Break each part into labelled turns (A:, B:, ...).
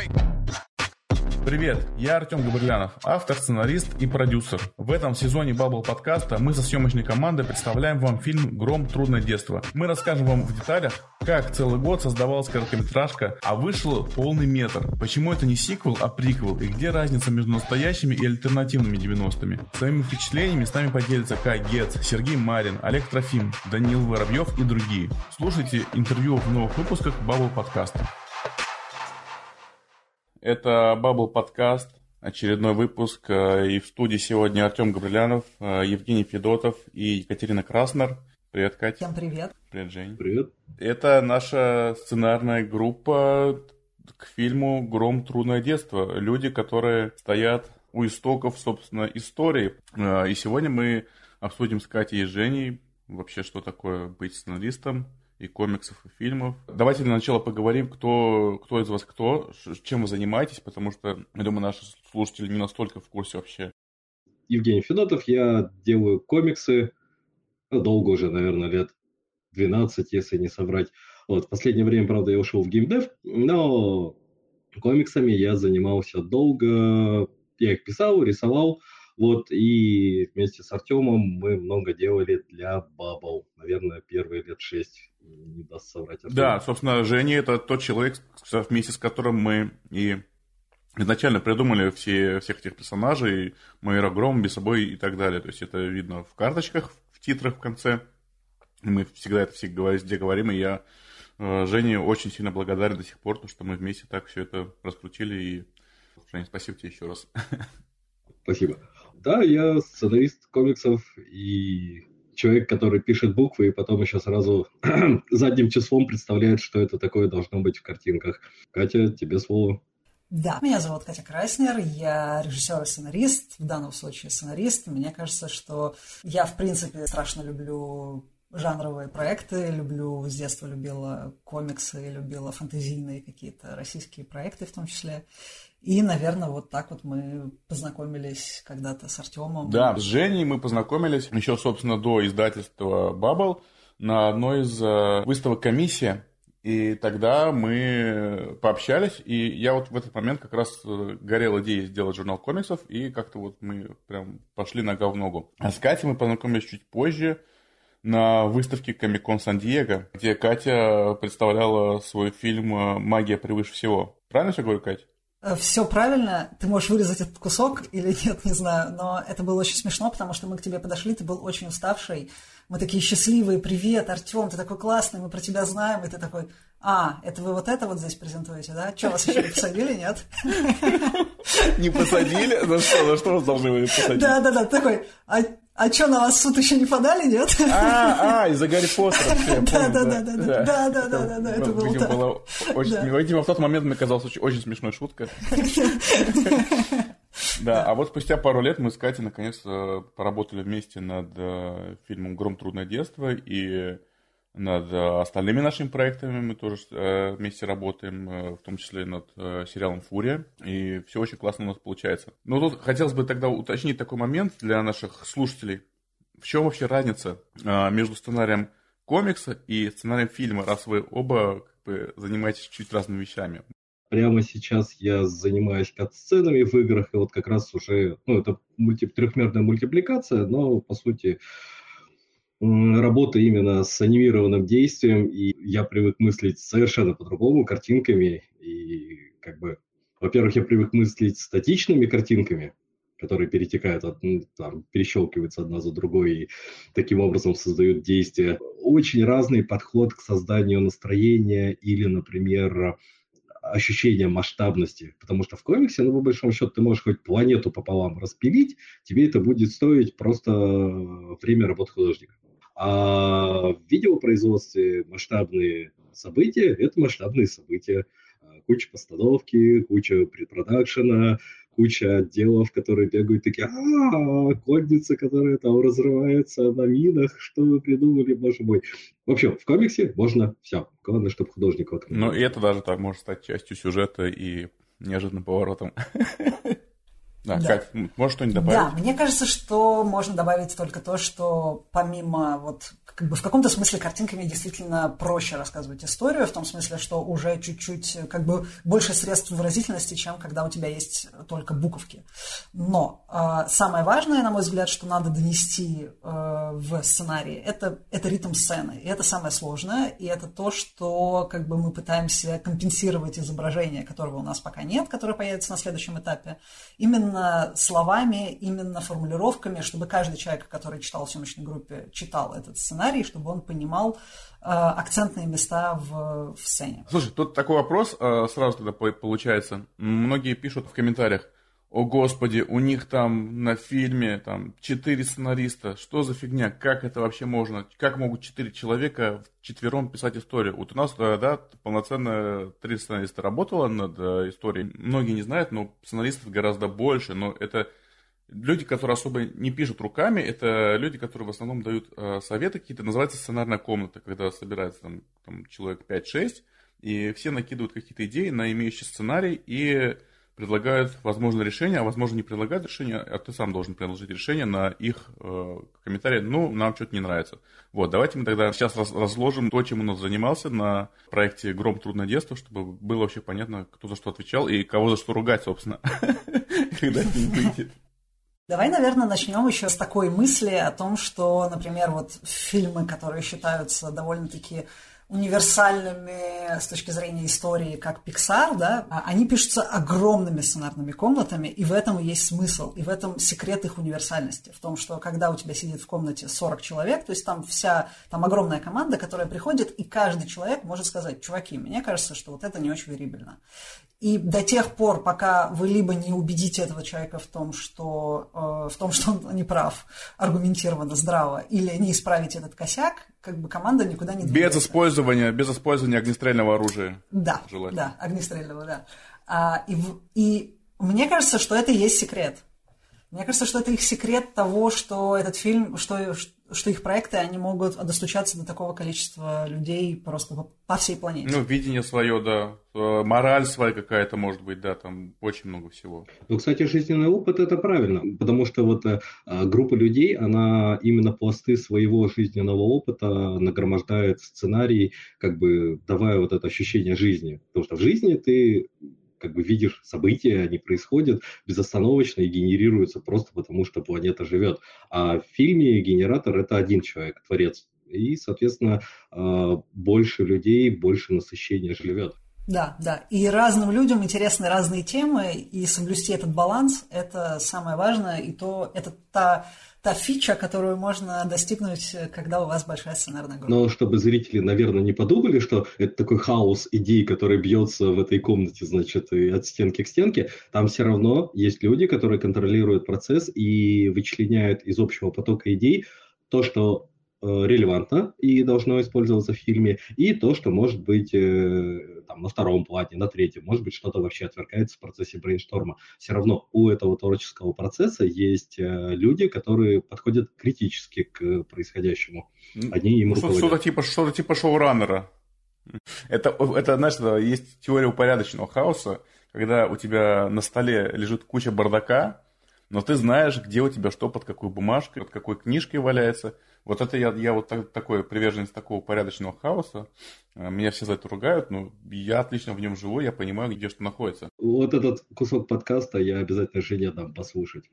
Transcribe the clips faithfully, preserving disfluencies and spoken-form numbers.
A: Привет, я Артем Габрилянов, автор, сценарист и продюсер. В этом сезоне Bubble подкаста мы со съемочной командой представляем вам фильм «Гром. Трудное детство». Мы расскажем вам в деталях, как целый год создавалась короткометражка, а вышел полный метр. Почему это не сиквел, а приквел, и где разница между настоящими и альтернативными девяностыми. Своими впечатлениями с нами поделятся Кай Гетц, Сергей Марин, Олег Трофим, Даниил Воробьев и другие. Слушайте интервью в новых выпусках Bubble подкаста. Это Bubble подкаст, очередной выпуск, и в студии сегодня Артем Габрилянов, Евгений Федотов и Екатерина Краснер. Привет, Катя.
B: Всем привет.
A: Привет, Жень.
C: Привет.
A: Это наша сценарная группа к фильму «Гром. Трудное детство». Люди, которые стоят у истоков, собственно, истории. И сегодня мы обсудим с Катей и Женей вообще, что такое быть сценаристом и комиксов, и фильмов. Давайте для начала поговорим, кто, кто из вас кто, чем вы занимаетесь, потому что, я думаю, наши слушатели не настолько в курсе вообще.
C: Евгений Федотов, я делаю комиксы, ну, долго уже, наверное, лет двенадцать, если не соврать. Вот, в последнее время, правда, я ушел в геймдев, но комиксами я занимался долго, я их писал, рисовал. Вот, и вместе с Артемом мы много делали для Bubble. Наверное, первые лет шесть, не даст соврать. Артем.
A: Да, собственно, Женя — это тот человек, вместе с которым мы и изначально придумали все, всех этих персонажей, Майора Гром, Бесобой и так далее. То есть это видно в карточках, в титрах в конце. Мы всегда это везде говорим, и я Жене очень сильно благодарен до сих пор, потому что мы вместе так все это раскрутили. И, Женя, спасибо тебе еще раз.
C: Спасибо. Да, я сценарист комиксов и человек, который пишет буквы и потом еще сразу задним числом представляет, что это такое должно быть в картинках. Катя, тебе слово.
B: Да, меня зовут Катя Краснер, я режиссер и сценарист, в данном случае сценарист. Мне кажется, что я, в принципе, страшно люблю жанровые проекты, люблю, с детства любила комиксы, любила фэнтезийные какие-то российские проекты в том числе. И, наверное, вот так вот мы познакомились когда-то с Артемом.
A: Да, с Женей мы познакомились еще, собственно, до издательства Bubble на одной из выставок «Комиссия». И тогда мы пообщались, и я вот в этот момент как раз горел идеей сделать журнал комиксов, и как-то вот мы прям пошли нога в ногу. А с Катей мы познакомились чуть позже на выставке Комик-кон Сан-Диего, где Катя представляла свой фильм «Магия превыше всего». Правильно все говорю, Катя?
B: Все правильно, ты можешь вырезать этот кусок или нет, не знаю, но это было очень смешно, потому что мы к тебе подошли, ты был очень уставший, мы такие счастливые, привет, Артем, ты такой классный, мы про тебя знаем, и ты такой, а, это вы вот это вот здесь презентуете, да? Что, вас еще не посадили, нет?
A: Не посадили? За что? За что вас должны были посадить?
B: Да-да-да, такой, а что, на вас суд еще не подали, нет?
A: А, а, из-за Гарри Поттера.
B: Да-да-да, да-да-да, это было так.
A: Видимо, в тот момент мне казалась очень смешной шутка. Да, а вот спустя пару лет мы с Катей наконец поработали вместе над фильмом «Гром. Трудное детство», и над остальными нашими проектами мы тоже вместе работаем, в том числе над сериалом «Фурия», и все очень классно у нас получается. Но тут хотелось бы тогда уточнить такой момент для наших слушателей. В чем вообще разница между сценарием комикса и сценарием фильма, раз вы оба как бы занимаетесь чуть разными вещами?
C: Прямо сейчас я занимаюсь кат-сценами в играх, и вот как раз уже, ну, это мульти- трехмерная мультипликация, но, по сути, работа именно с анимированным действием, и я привык мыслить совершенно по-другому, картинками, и как бы, во-первых, я привык мыслить статичными картинками, которые перетекают, от, ну, там, перещелкиваются одна за другой и таким образом создают действия. Очень разный подход к созданию настроения или, например, ощущение масштабности, потому что в комиксе, ну, по большому счету, ты можешь хоть планету пополам распилить, тебе это будет стоить просто время работы художника. А в видеопроизводстве масштабные события – это масштабные события. Куча постановки, куча предпродакшена, куча отделов, которые бегают такие, а конница, которая там разрывается на минах, что вы придумали, боже мой. В общем, в комиксе можно все. Главное, чтобы художник воткнул.
A: Ну, и это даже так может стать частью сюжета и неожиданным поворотом. Да,
B: Да.
A: Кать, можешь что-нибудь добавить?
B: Да, мне кажется, что можно добавить только то, что помимо вот как бы в каком-то смысле картинками действительно проще рассказывать историю, в том смысле, что уже чуть-чуть как бы больше средств выразительности, чем когда у тебя есть только буковки. Но э, самое важное, на мой взгляд, что надо донести э, в сценарии, это, это ритм сцены. И это самое сложное, и это то, что как бы мы пытаемся компенсировать изображение, которого у нас пока нет, которое появится на следующем этапе, именно словами, именно формулировками, чтобы каждый человек, который читал в съемочной группе, читал этот сценарий, чтобы он понимал э, акцентные места в, в сцене.
A: Слушай, тут такой вопрос э, сразу тогда получается. Многие пишут в комментариях: о господи, у них там на фильме там четыре сценариста, что за фигня, как это вообще можно, как могут четыре человека вчетвером писать историю? Вот у нас, да, полноценно три сценариста работало над историей. Многие не знают, но сценаристов гораздо больше, но это люди, которые особо не пишут руками, это люди, которые в основном дают э, советы какие-то, называется сценарная комната, когда собирается там, там человек пять-шесть, и все накидывают какие-то идеи на имеющий сценарий и предлагают возможное решение, а возможно не предлагают решение, а ты сам должен предложить решение на их э, комментарии. Ну, нам что-то не нравится. Вот, давайте мы тогда сейчас раз, разложим то, чем он у нас занимался на проекте «Гром. Трудное детство», чтобы было вообще понятно, кто за что отвечал и кого за что ругать, собственно, когда фильм выйдет.
B: Давай, наверное, начнем еще с такой мысли о том, что, например, вот фильмы, которые считаются довольно-таки универсальными с точки зрения истории, как Pixar, да, они пишутся огромными сценарными комнатами, и в этом и есть смысл, и в этом секрет их универсальности, в том, что когда у тебя сидит в комнате сорок человек, то есть там вся, там огромная команда, которая приходит, и каждый человек может сказать: чуваки, мне кажется, что вот это не очень верибельно. И до тех пор, пока вы либо не убедите этого человека в том, что, э, в том, что он не прав, аргументированно, здраво, или не исправите этот косяк, как бы команда никуда не двигается.
A: Без использования, без использования огнестрельного оружия.
B: Да, да, огнестрельного, да. А, и, и мне кажется, что это и есть секрет. Мне кажется, что это их секрет того, что этот фильм, что, что их проекты, они могут достучаться до такого количества людей просто по, по всей планете.
A: Ну, видение свое, да, мораль своя какая-то, может быть, да, там очень много всего.
C: Ну, кстати, жизненный опыт – это правильно, потому что вот а, группа людей, она именно пласты своего жизненного опыта нагромождает сценарий, как бы давая вот это ощущение жизни. Потому что в жизни ты как бы видишь события, они происходят безостановочно и генерируются просто потому, что планета живет. А в фильме генератор – это один человек, творец. И, соответственно, больше людей, больше насыщения живет.
B: Да, да. И разным людям интересны разные темы, и соблюсти этот баланс – это самое важное, и то это та, та фича, которую можно достигнуть, когда у вас большая сценарная группа.
C: Но чтобы зрители, наверное, не подумали, что это такой хаос идей, который бьется в этой комнате, значит, и от стенки к стенке, там все равно есть люди, которые контролируют процесс и вычленяют из общего потока идей то, что релевантно и должно использоваться в фильме, и то, что может быть э, там, на втором плане, на третьем, может быть, что-то вообще отвергается в процессе брейншторма. Все равно у этого творческого процесса есть э, люди, которые подходят критически к происходящему. Они им
A: что-то,
C: руководят.
A: Что-то типа, что-то типа шоураннера. Это, это, знаешь, есть теория упорядоченного хаоса, когда у тебя на столе лежит куча бардака, но ты знаешь, где у тебя что, под какой бумажкой, под какой книжкой валяется. Вот это я, я вот так, такой приверженец такого порядочного хаоса. Меня все за это ругают, но я отлично в нем живу, я понимаю, где что находится.
C: Вот этот кусок подкаста я обязательно жене дам послушать.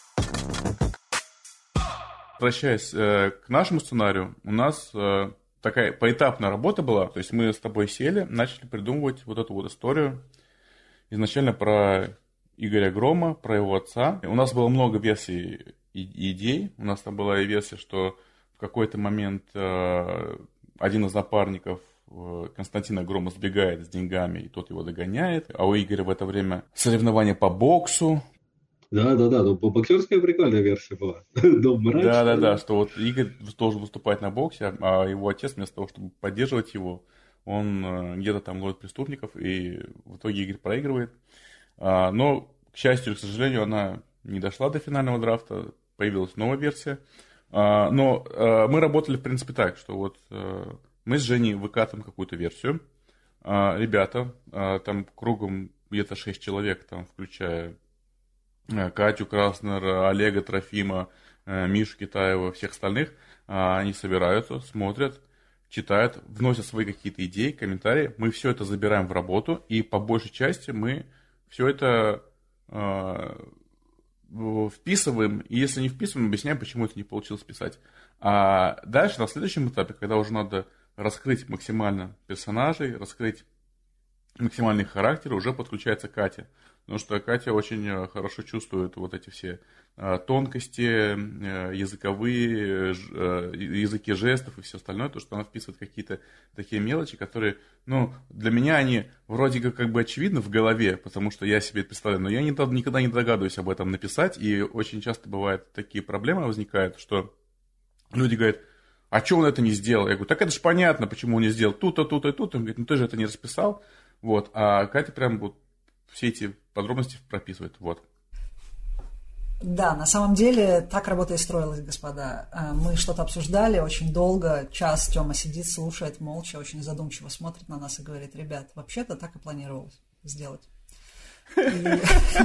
A: Возвращаясь э, к нашему сценарию, у нас э, такая поэтапная работа была. То есть мы с тобой сели, начали придумывать вот эту вот историю. Изначально про Игоря Грома, про его отца. У нас было много версий и идей. У нас там была и версия, что в какой-то момент э, один из напарников э, Константина Грома сбегает с деньгами, и тот его догоняет. А у Игоря в это время соревнования по боксу.
C: Да-да-да, ну, боксерская прикольная версия была.
A: Да-да-да, что вот Игорь должен выступать на боксе, а его отец вместо того, чтобы поддерживать его, он э, где-то там ловит преступников, и в итоге Игорь проигрывает. А, но, к счастью или к сожалению, она не дошла до финального драфта, появилась новая версия. А, но а, мы работали, в принципе, так, что вот а, мы с Женей выкатываем какую-то версию. А, ребята, а, там кругом где-то шесть человек, там, включая Катю Краснер, Олега Трофима, Мишу Китаева, всех остальных, они собираются, смотрят, читают, вносят свои какие-то идеи, комментарии. Мы все это забираем в работу, и по большей части мы все это вписываем, и если не вписываем, объясняем, почему это не получилось писать. А дальше, на следующем этапе, когда уже надо раскрыть максимально персонажей, раскрыть максимальный характер, уже подключается Катя. Потому что Катя очень хорошо чувствует вот эти все тонкости, языковые, языки жестов и все остальное, то, что она вписывает какие-то такие мелочи, которые, ну, для меня они вроде как, как бы очевидны в голове, потому что я себе это представляю, но я не, никогда не догадываюсь об этом написать, и очень часто бывают такие проблемы возникают, что люди говорят: а что он это не сделал? Я говорю: так это же понятно, почему он не сделал тут-то, тут-то и тут. Он говорит: ну ты же это не расписал. Вот. А Катя прям вот все эти подробности прописывает. Вот.
B: Да, на самом деле так работа и строилась, господа. Мы что-то обсуждали очень долго, час Тёма сидит, слушает молча, очень задумчиво смотрит на нас и говорит: ребят, вообще-то так и планировалось сделать. И,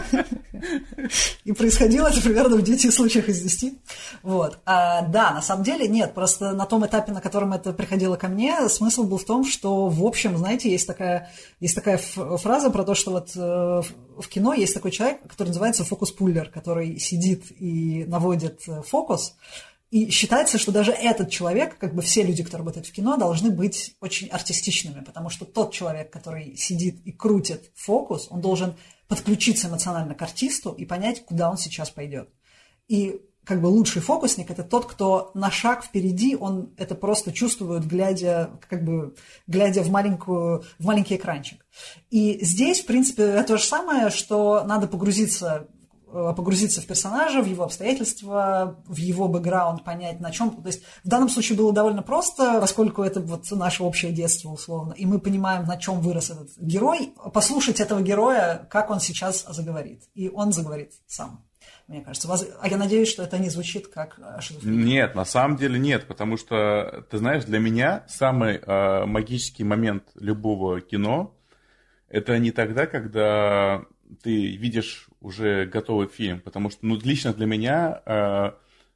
B: и происходило это примерно в девяти случаях из десяти. Вот. А, да, на самом деле нет, просто на том этапе, на котором это приходило ко мне, смысл был в том, что, в общем, знаете, есть такая, есть такая фраза про то, что вот э, в кино есть такой человек, который называется фокус-пуллер, который сидит и наводит фокус. И считается, что даже этот человек, как бы все люди, кто работает в кино, должны быть очень артистичными, потому что тот человек, который сидит и крутит фокус, он должен подключиться эмоционально к артисту и понять, куда он сейчас пойдет. И как бы лучший фокусник – это тот, кто на шаг впереди, он это просто чувствует, глядя, как бы, глядя в, маленькую, в маленький экранчик. И здесь, в принципе, то же самое, что надо погрузиться погрузиться в персонажа, в его обстоятельства, в его бэкграунд, понять, на чем. То есть в данном случае было довольно просто, поскольку это вот наше общее детство, условно, и мы понимаем, на чем вырос этот герой, послушать этого героя, как он сейчас заговорит. И он заговорит сам, мне кажется. А я надеюсь, что это не звучит как шизофрения.
A: Нет, на самом деле нет, потому что, ты знаешь, для меня самый э, магический момент любого кино – это не тогда, когда ты видишь уже готовый фильм, потому что, ну, лично для меня э,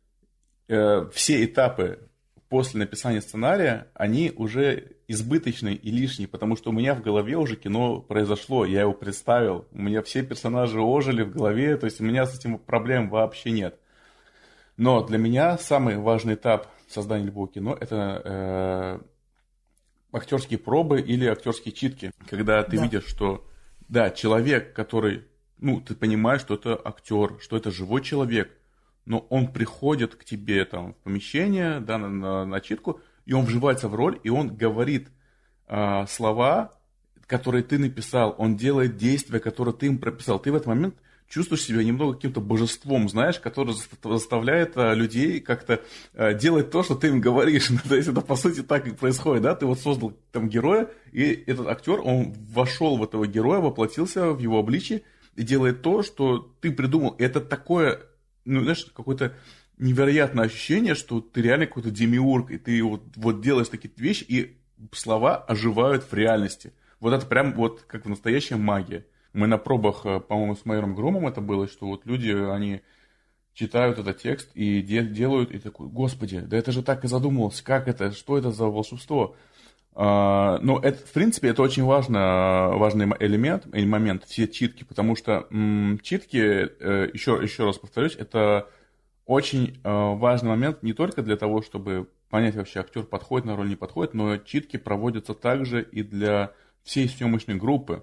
A: э, все этапы после написания сценария, они уже избыточны и лишние, потому что у меня в голове уже кино произошло, я его представил, у меня все персонажи ожили в голове, то есть у меня с этим проблем вообще нет. Но для меня самый важный этап создания любого кино – это э, актерские пробы или актерские читки, когда ты да. видишь, что да, человек, который, ну, ты понимаешь, что это актер, что это живой человек, но он приходит к тебе там в помещение, да, на, на, на читку, и он вживается в роль, и он говорит э, слова, которые ты написал, он делает действия, которые ты им прописал. Ты в этот момент чувствуешь себя немного каким-то божеством, знаешь, который заставляет э, людей как-то э, делать то, что ты им говоришь. То есть это по сути так и происходит, да? Ты вот создал там героя, и этот актер, он вошел в этого героя, воплотился в его обличие и делает то, что ты придумал. И это такое, ну, знаешь, какое-то невероятное ощущение, что ты реально какой-то демиург, и ты вот, вот делаешь такие вещи, и слова оживают в реальности. Вот это прям вот как настоящая магия. Мы на пробах, по-моему, с майором Громом это было, что вот люди, они читают этот текст и де- делают, и такой: господи, да это же так и задумывалось, как это, что это за волшебство? А, но это, в принципе, это очень важно, важный элемент или момент, все читки, потому что м- читки, э, еще, еще раз повторюсь, это очень э, важный момент не только для того, чтобы понять вообще, актер подходит на роль, не подходит, но читки проводятся также и для всей съемочной группы.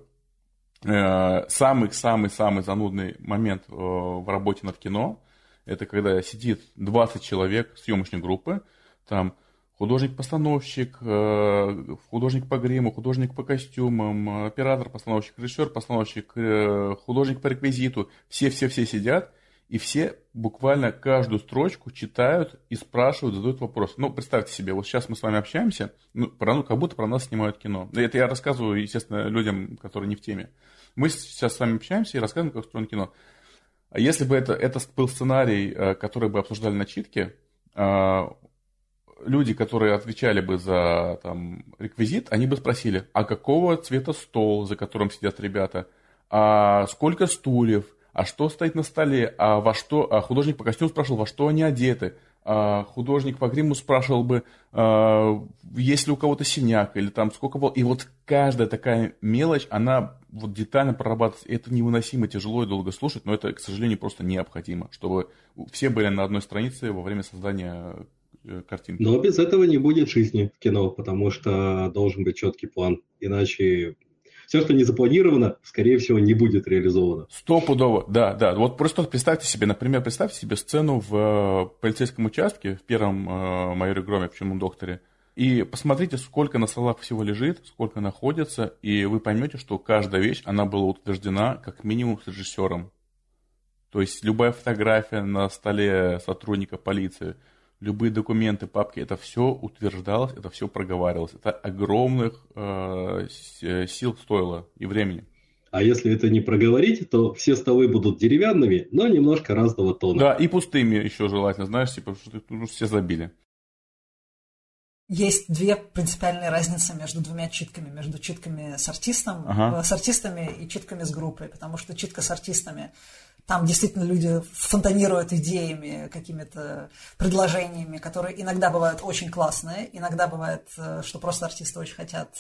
A: Самый-самый-самый занудный момент в работе над кино – это когда сидит двадцать человек съемочной группы, там художник-постановщик, художник по гриму, художник по костюмам, оператор-постановщик, режиссер-постановщик, художник по реквизиту. Все-все-все сидят, и все буквально каждую строчку читают и спрашивают, задают вопрос. Ну, представьте себе, вот сейчас мы с вами общаемся, ну, про, ну как будто про нас снимают кино. Это я рассказываю, естественно, людям, которые не в теме. Мы сейчас с вами общаемся и рассказываем, как устроено кино. А если бы это, это был сценарий, который бы обсуждали на читке, люди, которые отвечали бы за там, реквизит, они бы спросили: а какого цвета стол, за которым сидят ребята, а сколько стульев, а что стоит на столе, а во что, а художник по костюму спрашивал, во что они одеты, а художник по гриму спрашивал бы, а, есть ли у кого-то синяк, или там сколько было. И вот каждая такая мелочь, она вот детально прорабатывается. Это невыносимо тяжело и долго слушать, но это, к сожалению, просто необходимо, чтобы все были на одной странице во время создания картинки.
C: Но без этого не будет жизни в кино, потому что должен быть четкий план, иначе все, что не запланировано, скорее всего, не будет реализовано.
A: Стопудово, да, да. Вот просто представьте себе, например, представьте себе сцену в полицейском участке, в первом э, «Майоре Громе», в «Чумном докторе», и посмотрите, сколько на столах всего лежит, сколько находится, и вы поймете, что каждая вещь, она была утверждена как минимум с режиссером. То есть любая фотография на столе сотрудника полиции, любые документы, папки, это все утверждалось, это все проговаривалось. Это огромных э, сил стоило и времени.
C: А если это не проговорить, то все столы будут деревянными, но немножко разного тона.
A: Да, и пустыми еще желательно, знаешь, типа, что ну, все забили.
B: Есть две принципиальные разницы между двумя читками. Между читками с артистом, ага. с артистами и читками с группой. Потому что читка с артистами, там действительно люди фонтанируют идеями, какими-то предложениями, которые иногда бывают очень классные, иногда бывает, что просто артисты очень хотят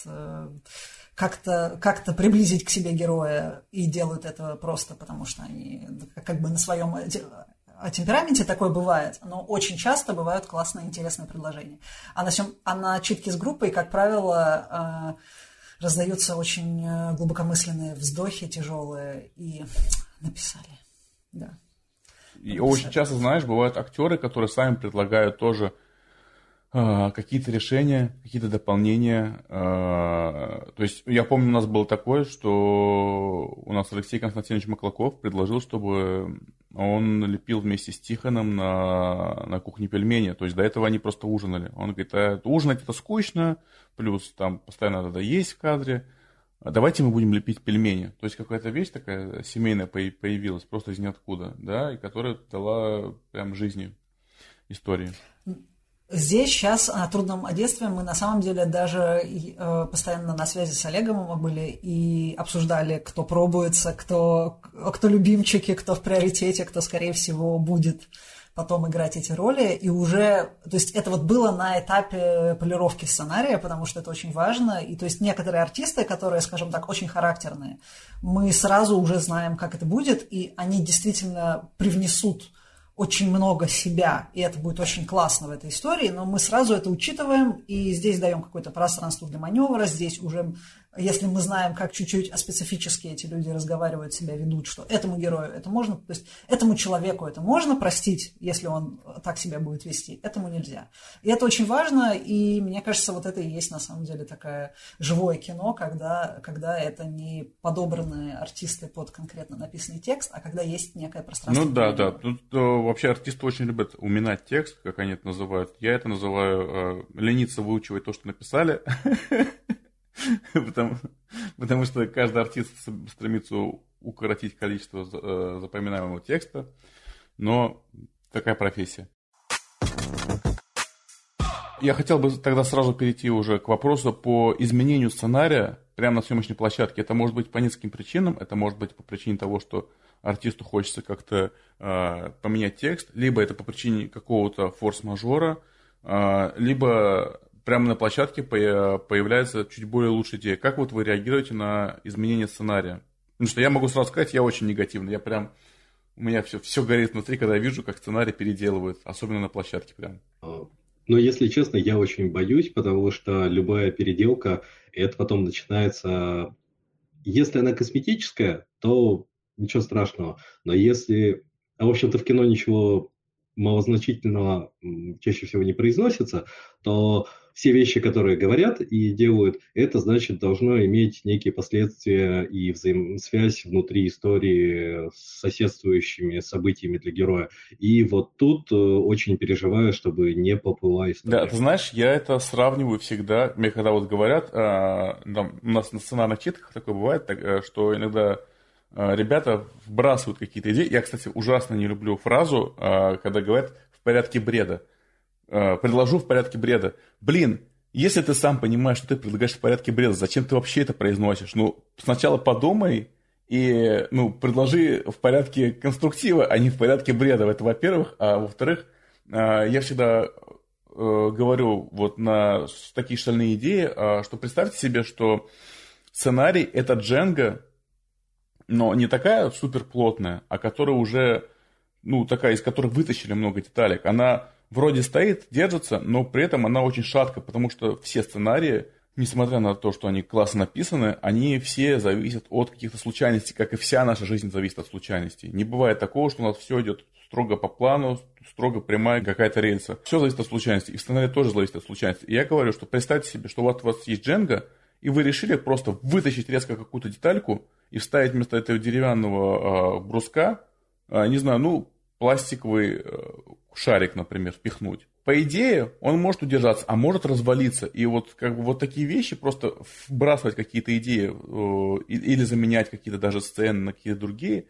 B: как-то, как-то приблизить к себе героя и делают это просто потому, что они как бы на своем... О темпераменте такое бывает, но очень часто бывают классные, интересные предложения. А на, сем, а на читке с группой, как правило, э, раздаются очень глубокомысленные вздохи тяжелые, и написали. Да.
A: И написали. Очень часто, знаешь, бывают актеры, которые сами предлагают тоже э, какие-то решения, какие-то дополнения. Э, то есть я помню, у нас было такое, что у нас Алексей Константинович Маклаков предложил, чтобы... Он лепил вместе с Тихоном на, на кухне пельмени. То есть до этого они просто ужинали. Он говорит, а ужинать это скучно, плюс там постоянно надо есть в кадре. Давайте мы будем лепить пельмени. То есть какая-то вещь такая семейная появилась просто из ниоткуда, да, и которая дала прям жизни истории.
B: Здесь сейчас о трудном детстве мы на самом деле даже э, постоянно на связи с Олегом мы были и обсуждали, кто пробуется, кто, кто любимчики, кто в приоритете, кто, скорее всего, будет потом играть эти роли. И уже, то есть это вот было на этапе полировки сценария, потому что это очень важно. И то есть некоторые артисты, которые, скажем так, очень характерные, мы сразу уже знаем, как это будет, и они действительно привнесут очень много себя, и это будет очень классно в этой истории, но мы сразу это учитываем, и здесь даем какое-то пространство для маневра, здесь уже, если мы знаем, как чуть-чуть специфически эти люди разговаривают, себя ведут, что этому герою это можно, то есть этому человеку это можно простить, если он так себя будет вести, этому нельзя. И это очень важно, и мне кажется, вот это и есть на самом деле такое живое кино, когда, когда это не подобранные артисты под конкретно написанный текст, а когда есть некое пространство.
A: Ну да, да, тут вообще артисты очень любят уминать текст, как они это называют. Я это называю э, лениться выучивать то, что написали. Потому, потому что каждый артист стремится укоротить количество э, запоминаемого текста, но такая профессия. Я хотел бы тогда сразу перейти уже к вопросу по изменению сценария прямо на съемочной площадке. Это может быть по нескольким причинам. Это может быть по причине того, что артисту хочется как-то э, поменять текст, либо это по причине какого-то форс-мажора, э, либо прямо на площадке появляется чуть более лучшая идея. Как вот вы реагируете на изменение сценария? Потому что я могу сразу сказать, я очень негативный. Я прям, у меня все, все горит внутри, когда я вижу, как сценарий переделывают, особенно на площадке прям.
C: Но, если честно, я очень боюсь, потому что любая переделка, это потом начинается... Если она косметическая, то ничего страшного. Но если... А, в общем-то, в кино ничего малозначительного чаще всего не произносится, то все вещи, которые говорят и делают, это, значит, должно иметь некие последствия и взаимосвязь внутри истории с соседствующими событиями для героя. И вот тут очень переживаю, чтобы не поплыла история.
A: Да, ты знаешь, я это сравниваю всегда. Мне когда вот говорят, а, там, у нас на сценарных читках такое бывает, так, что иногда ребята вбрасывают какие-то идеи. Я, кстати, ужасно не люблю фразу, когда говорят «в порядке бреда». Предложу в порядке бреда. Блин, если ты сам понимаешь, что ты предлагаешь в порядке бреда, зачем ты вообще это произносишь? Ну, сначала подумай И, ну, предложи в порядке конструктива, а не в порядке бреда. Это, во-первых. А во-вторых, я всегда говорю вот на такие шальные идеи, что представьте себе, что сценарий – это Дженга, но не такая суперплотная, а которая уже, ну, такая, из которой вытащили много деталек. Она вроде стоит, держится, но при этом она очень шаткая, потому что все сценарии, несмотря на то, что они классно написаны, они все зависят от каких-то случайностей, как и вся наша жизнь зависит от случайностей. Не бывает такого, что у нас все идет строго по плану, строго прямая какая-то рельса. Все зависит от случайностей, и в сценарии тоже зависит от случайностей. И я говорю, что представьте себе, что вот у вас есть Дженга, и вы решили просто вытащить резко какую-то детальку и вставить вместо этого деревянного э, бруска, э, не знаю, ну, пластиковый э, шарик, например, впихнуть. По идее, он может удержаться, а может развалиться. И вот, как бы, вот такие вещи, просто вбрасывать какие-то идеи э, или заменять какие-то даже сцены на какие-то другие,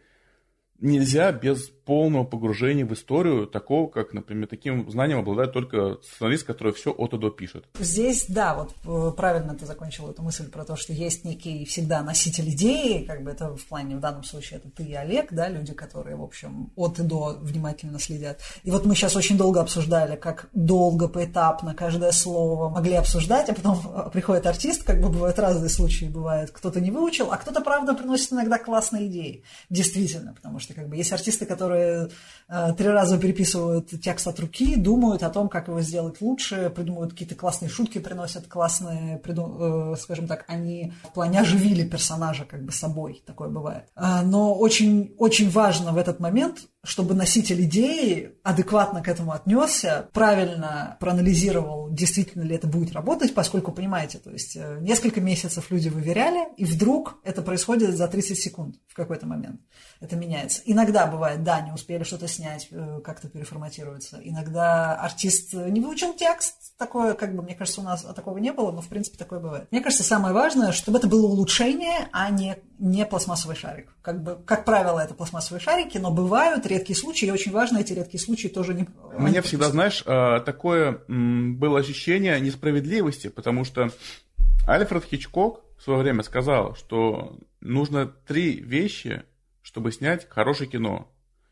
A: нельзя без полного погружения в историю, такого, как, например, таким знанием обладает только сценарист, который все от и до пишет.
B: Здесь, да, вот правильно ты закончил эту мысль про то, что есть некий всегда носитель идеи, как бы это в плане, в данном случае это ты и Олег, да, люди, которые, в общем, от и до внимательно следят. И вот мы сейчас очень долго обсуждали, как долго, поэтапно каждое слово могли обсуждать, а потом приходит артист, как бы бывают разные случаи, бывает, кто-то не выучил, а кто-то, правда, приносит иногда классные идеи. Действительно, потому что как бы есть артисты, которые э, три раза переписывают текст от руки, думают о том, как его сделать лучше, придумывают какие-то классные шутки, приносят классные, приду, э, скажем так, они в плане оживили персонажа как бы собой, такое бывает. Э, но очень, очень важно в этот момент, чтобы носитель идеи адекватно к этому отнесся, правильно проанализировал, действительно ли это будет работать, поскольку, понимаете, то есть э, несколько месяцев люди выверяли, и вдруг это происходит за тридцать секунд в какой-то момент. Это меняется. Иногда бывает, да, не успели что-то снять, э, как-то переформатируется. Иногда артист не выучил текст, такое, как бы, мне кажется, у нас такого не было, но, в принципе, такое бывает. Мне кажется, самое важное, чтобы это было улучшение, а не, не пластмассовый шарик. Как бы, как правило, это пластмассовые шарики, но бывают редкие случаи, и очень важно эти редкие случаи тоже не...
A: У меня всегда, знаешь, такое было ощущение несправедливости, потому что Альфред Хичкок в свое время сказал, что нужно три вещи, чтобы снять хорошее кино.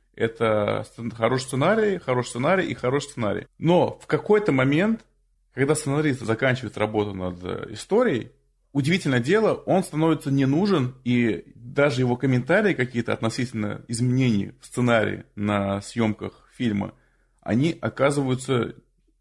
A: Это хороший сценарий, хороший сценарий и хороший сценарий. Но в какой-то момент, когда сценарист заканчивает работу над историей, удивительное дело, он становится не нужен, и даже его комментарии какие-то относительно изменений в сценарии на съемках фильма, они оказываются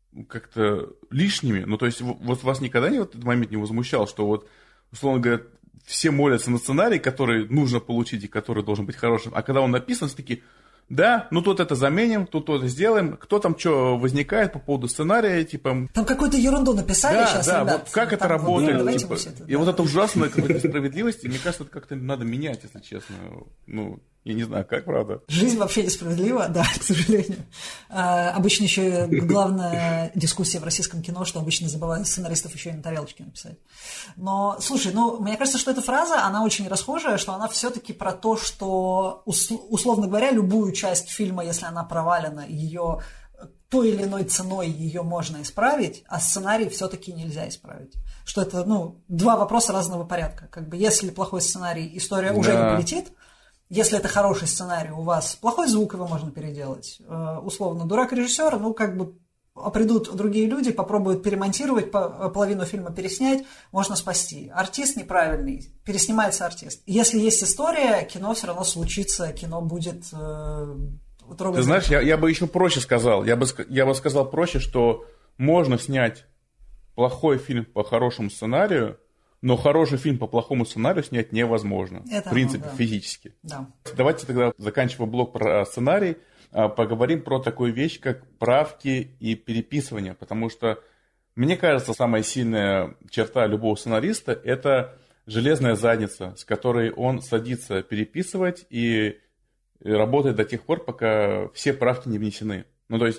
A: как-то лишними. Ну, то есть, вот вас никогда не, в этот момент не возмущал, что вот, условно говоря, все молятся на сценарий, который нужно получить и который должен быть хорошим, а когда он написан, все таки да, ну тут это заменим, тут это сделаем. Кто там что возникает по поводу сценария, типа...
B: Там какую-то ерунду написали
A: да,
B: сейчас,
A: да,
B: ребят.
A: Вот как это работает, вот, типа, это, и да. Вот это ужасная несправедливость, мне кажется, это как-то надо менять, если честно. Ну, я не знаю, как, правда.
B: Жизнь вообще несправедлива, да, к сожалению. А, обычно еще главная дискуссия в российском кино, что обычно забывают сценаристов еще и на тарелочке написать. Но, слушай, ну, мне кажется, что эта фраза, она очень расхожая, что она все-таки про то, что, условно говоря, любую часть фильма, если она провалена, ее той или иной ценой ее можно исправить, а сценарий все-таки нельзя исправить. Что это, ну, два вопроса разного порядка. Как бы, если плохой сценарий, история да. уже не полетит. Если это хороший сценарий, у вас плохой звук, его можно переделать. Э, условно, дурак режиссера, ну, как бы, а придут другие люди, попробуют перемонтировать, половину фильма переснять, можно спасти. Артист неправильный, переснимается артист. Если есть история, кино все равно случится, кино будет э, трогать.
A: Ты знаешь, я, я бы еще проще сказал, я бы, я бы сказал проще, что можно снять плохой фильм по хорошему сценарию, но хороший фильм по плохому сценарию снять невозможно. Это, в принципе, ну, да. физически.
B: Да.
A: Давайте тогда, заканчивая блок про сценарий, поговорим про такую вещь, как правки и переписывание. Потому что, мне кажется, самая сильная черта любого сценариста – это железная задница, с которой он садится переписывать и работает до тех пор, пока все правки не внесены. Ну, то есть...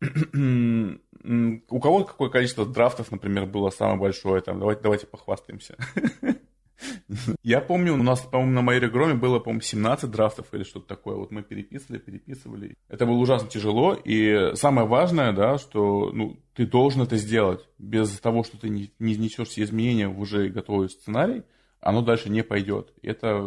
A: У кого какое количество драфтов, например, было самое большое? Там, давайте, давайте похвастаемся. Я помню, у нас, по-моему, на Майоре Громе было, по-моему, семнадцать драфтов или что-то такое. Вот мы переписывали, переписывали. Это было ужасно тяжело. И самое важное, да, что ну, ты должен это сделать. Без того, что ты не, не внесешь все изменения в уже готовый сценарий, оно дальше не пойдет. Это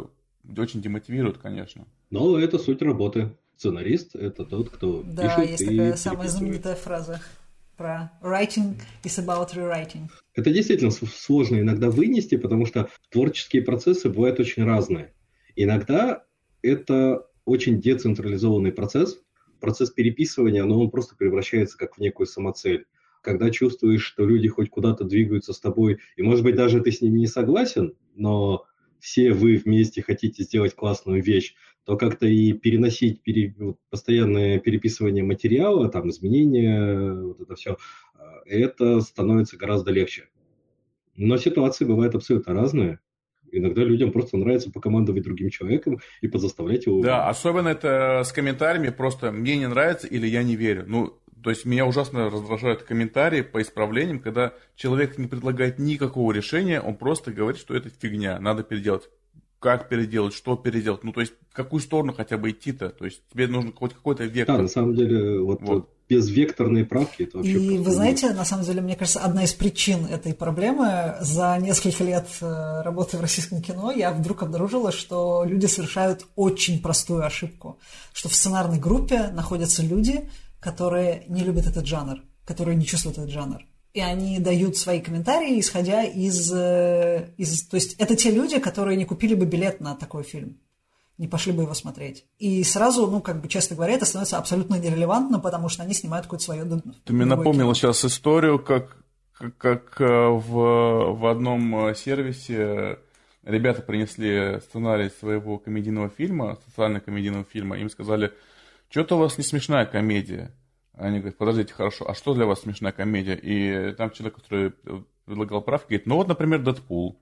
A: очень демотивирует, конечно.
C: Но это суть работы. Сценарист – это тот, кто
B: да,
C: пишет
B: есть
C: и
B: такая самая
C: переписывает.
B: знаменитая фраза про writing is about rewriting.
C: Это действительно сложно иногда вынести, потому что творческие процессы бывают очень разные. Иногда это очень децентрализованный процесс. Процесс переписывания, но он просто превращается как в некую самоцель. Когда чувствуешь, что люди хоть куда-то двигаются с тобой, и, может быть, даже ты с ними не согласен, но все вы вместе хотите сделать классную вещь, то как-то и переносить пере... постоянное переписывание материала, там, изменения, вот это все, это становится гораздо легче. Но ситуации бывают абсолютно разные. Иногда людям просто нравится покомандовать другим человеком и позаставлять его...
A: Да, особенно это с комментариями, просто «мне не нравится» или «я не верю». Ну, то есть меня ужасно раздражают комментарии по исправлениям, когда человек не предлагает никакого решения, он просто говорит, что это фигня, надо переделать. Как переделать, что переделать, ну, то есть в какую сторону хотя бы идти-то, то есть тебе нужен хоть какой-то вектор.
C: Да, на самом деле, вот, вот. без векторной правки это вообще...
B: И вы знаете, на самом деле, мне кажется, одна из причин этой проблемы, за несколько лет работы в российском кино я вдруг обнаружила, что люди совершают очень простую ошибку, что в сценарной группе находятся люди, которые не любят этот жанр, которые не чувствуют этот жанр. И они дают свои комментарии, исходя из, из... То есть это те люди, которые не купили бы билет на такой фильм, не пошли бы его смотреть. И сразу, ну, как бы, честно говоря, это становится абсолютно нерелевантно, потому что они снимают какое-то свое...
A: Ты мне напомнила кино. Сейчас историю, как, как, как в, в одном сервисе ребята принесли сценарий своего комедийного фильма, социально-комедийного фильма, им сказали, что-то у вас не смешная комедия. Они говорят, подождите, хорошо, а что для вас смешная комедия? И там человек, который предлагал правки, говорит, ну вот, например, «Дэдпул».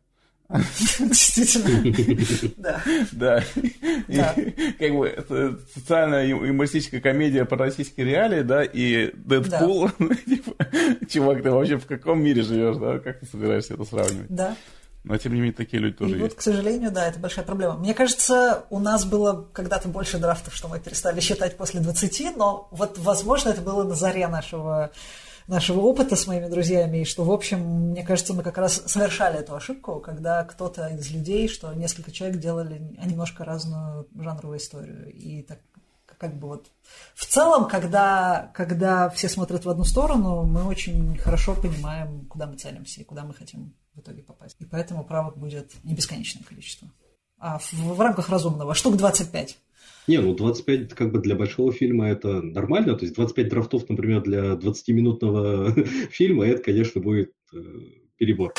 B: Действительно. Да.
A: Да. Как бы это социальная юмористическая комедия про российские реалии, да, и «Дэдпул». Чувак, ты вообще в каком мире живешь, да? Как ты собираешься это сравнивать?
B: Да.
A: Но, тем не менее, такие люди тоже
B: и
A: есть.
B: Вот, к сожалению, да, это большая проблема. Мне кажется, у нас было когда-то больше драфтов, что мы перестали считать после двадцати, но вот, возможно, это было на заре нашего, нашего опыта с моими друзьями, и что, в общем, мне кажется, мы как раз совершали эту ошибку, когда кто-то из людей, что несколько человек делали немножко разную жанровую историю. И так как бы вот... В целом, когда, когда все смотрят в одну сторону, мы очень хорошо понимаем, куда мы целимся и куда мы хотим в итоге попасть. И поэтому правок будет не бесконечное количество. А в, в рамках разумного штук двадцать пять.
C: Не, ну двадцать пять как бы для большого фильма это нормально. То есть двадцать пять драфтов, например, для двадцатиминутного фильма, это, конечно, будет э, перебор.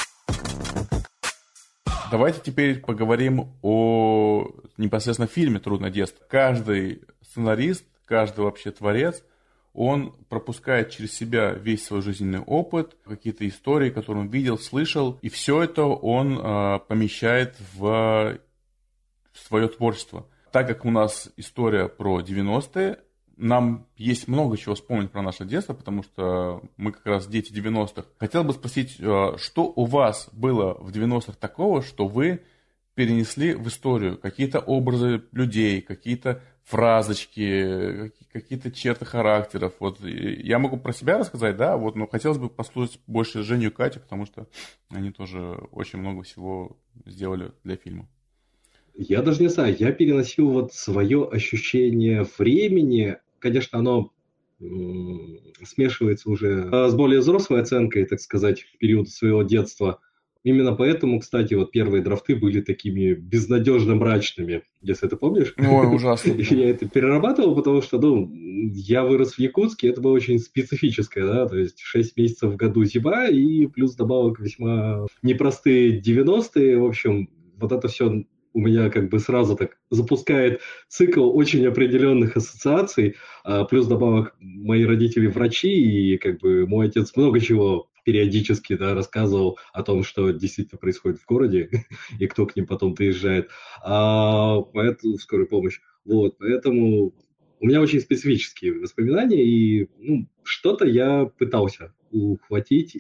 A: Давайте теперь поговорим о непосредственно фильме «Трудное детство». Каждый сценарист, каждый вообще творец, он пропускает через себя весь свой жизненный опыт, какие-то истории, которые он видел, слышал, и все это он э, помещает в свое творчество. Так как у нас история про девяностые, нам есть много чего вспомнить про наше детство, потому что мы как раз дети девяностых. Хотел бы спросить, что у вас было в девяностых такого, что вы перенесли в историю? Какие-то образы людей, какие-то фразочки, какие-то черты характеров. Вот я могу про себя рассказать, да, вот, но хотелось бы послушать больше Женю и Катю, потому что они тоже очень много всего сделали для фильма.
C: Я даже не знаю, я переносил вот свое ощущение времени. Конечно, оно м- смешивается уже с более взрослой оценкой, так сказать, в период своего детства. Именно поэтому, кстати, вот первые драфты были такими безнадежно мрачными, если ты помнишь.
A: Ой, ужасно.
C: Я это перерабатывал, потому что, ну, я вырос в Якутске, это было очень специфическое, да, то есть шесть месяцев в году зима и плюс добавок весьма непростые девяностые. В общем, вот это все у меня как бы сразу так запускает цикл очень определенных ассоциаций, а плюс добавок мои родители врачи, и как бы мой отец много чего периодически, да, рассказывал о том, что действительно происходит в городе, и кто к ним потом приезжает, а, поэтому скорая помощь. Вот, поэтому у меня очень специфические воспоминания, и ну, что-то я пытался ухватить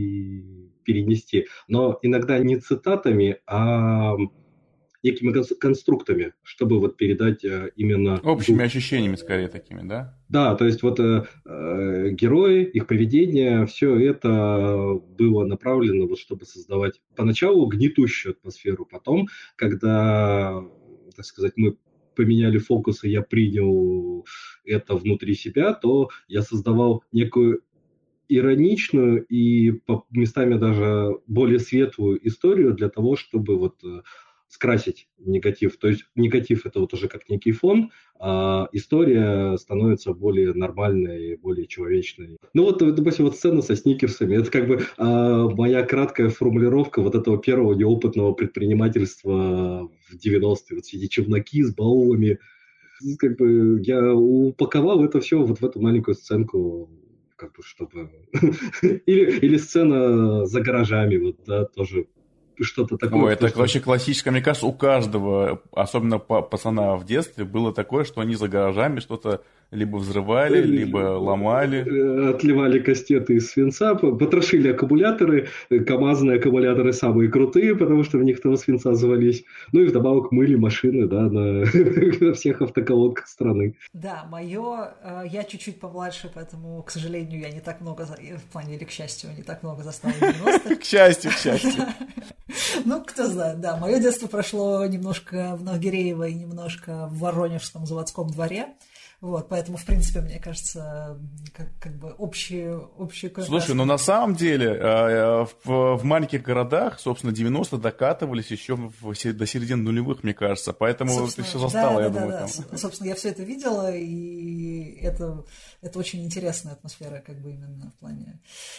C: и перенести, но иногда не цитатами, а некими конструктами, чтобы вот передать э, именно...
A: Общими дух. Ощущениями скорее такими, да?
C: Да, то есть вот э, э, герои, их поведение, все это было направлено, вот, чтобы создавать поначалу гнетущую атмосферу, потом, когда так сказать, мы поменяли фокус, и я принял это внутри себя, то я создавал некую ироничную и по местами даже более светлую историю для того, чтобы вот скрасить негатив. То есть негатив – это вот уже как некий фон, а история становится более нормальной, более человечной. Ну вот, допустим, вот сцена со сникерсами – это как бы а, моя краткая формулировка вот этого первого неопытного предпринимательства в девяностые. Вот эти челноки с баулами. Как бы я упаковал это все вот в эту маленькую сценку, как бы чтобы... или, или сцена за гаражами, вот, да, тоже что-то такое.
A: Ой, это
C: что...
A: вообще классическое. Мне кажется, у каждого, особенно пацана в детстве, было такое, что они за гаражами что-то либо взрывали, либо ломали.
C: Отливали кастеты из свинца, потрошили аккумуляторы. КамАЗные аккумуляторы самые крутые, потому что в них того свинца завались. Ну и вдобавок мыли машины, да, на, на всех автоколонках страны.
B: Да, мое... Я чуть-чуть помладше, поэтому, к сожалению, я не так много... В плане, или к счастью, не так много застал девяностых.
A: К счастью, к счастью.
B: Ну, кто знает, да. Мое детство прошло немножко в Новогиреево и немножко в Воронежском заводском дворе. Вот, поэтому, в принципе, мне кажется, как, как бы общие, общие...
A: Слушай, ну на самом деле в, в маленьких городах, собственно, девяностые докатывались еще в, до середины нулевых, мне кажется, поэтому собственно, ты все застала, да, я да, думаю. Да,
B: там. Собственно, я все это видела, и это, это очень интересная атмосфера, как бы именно в плане...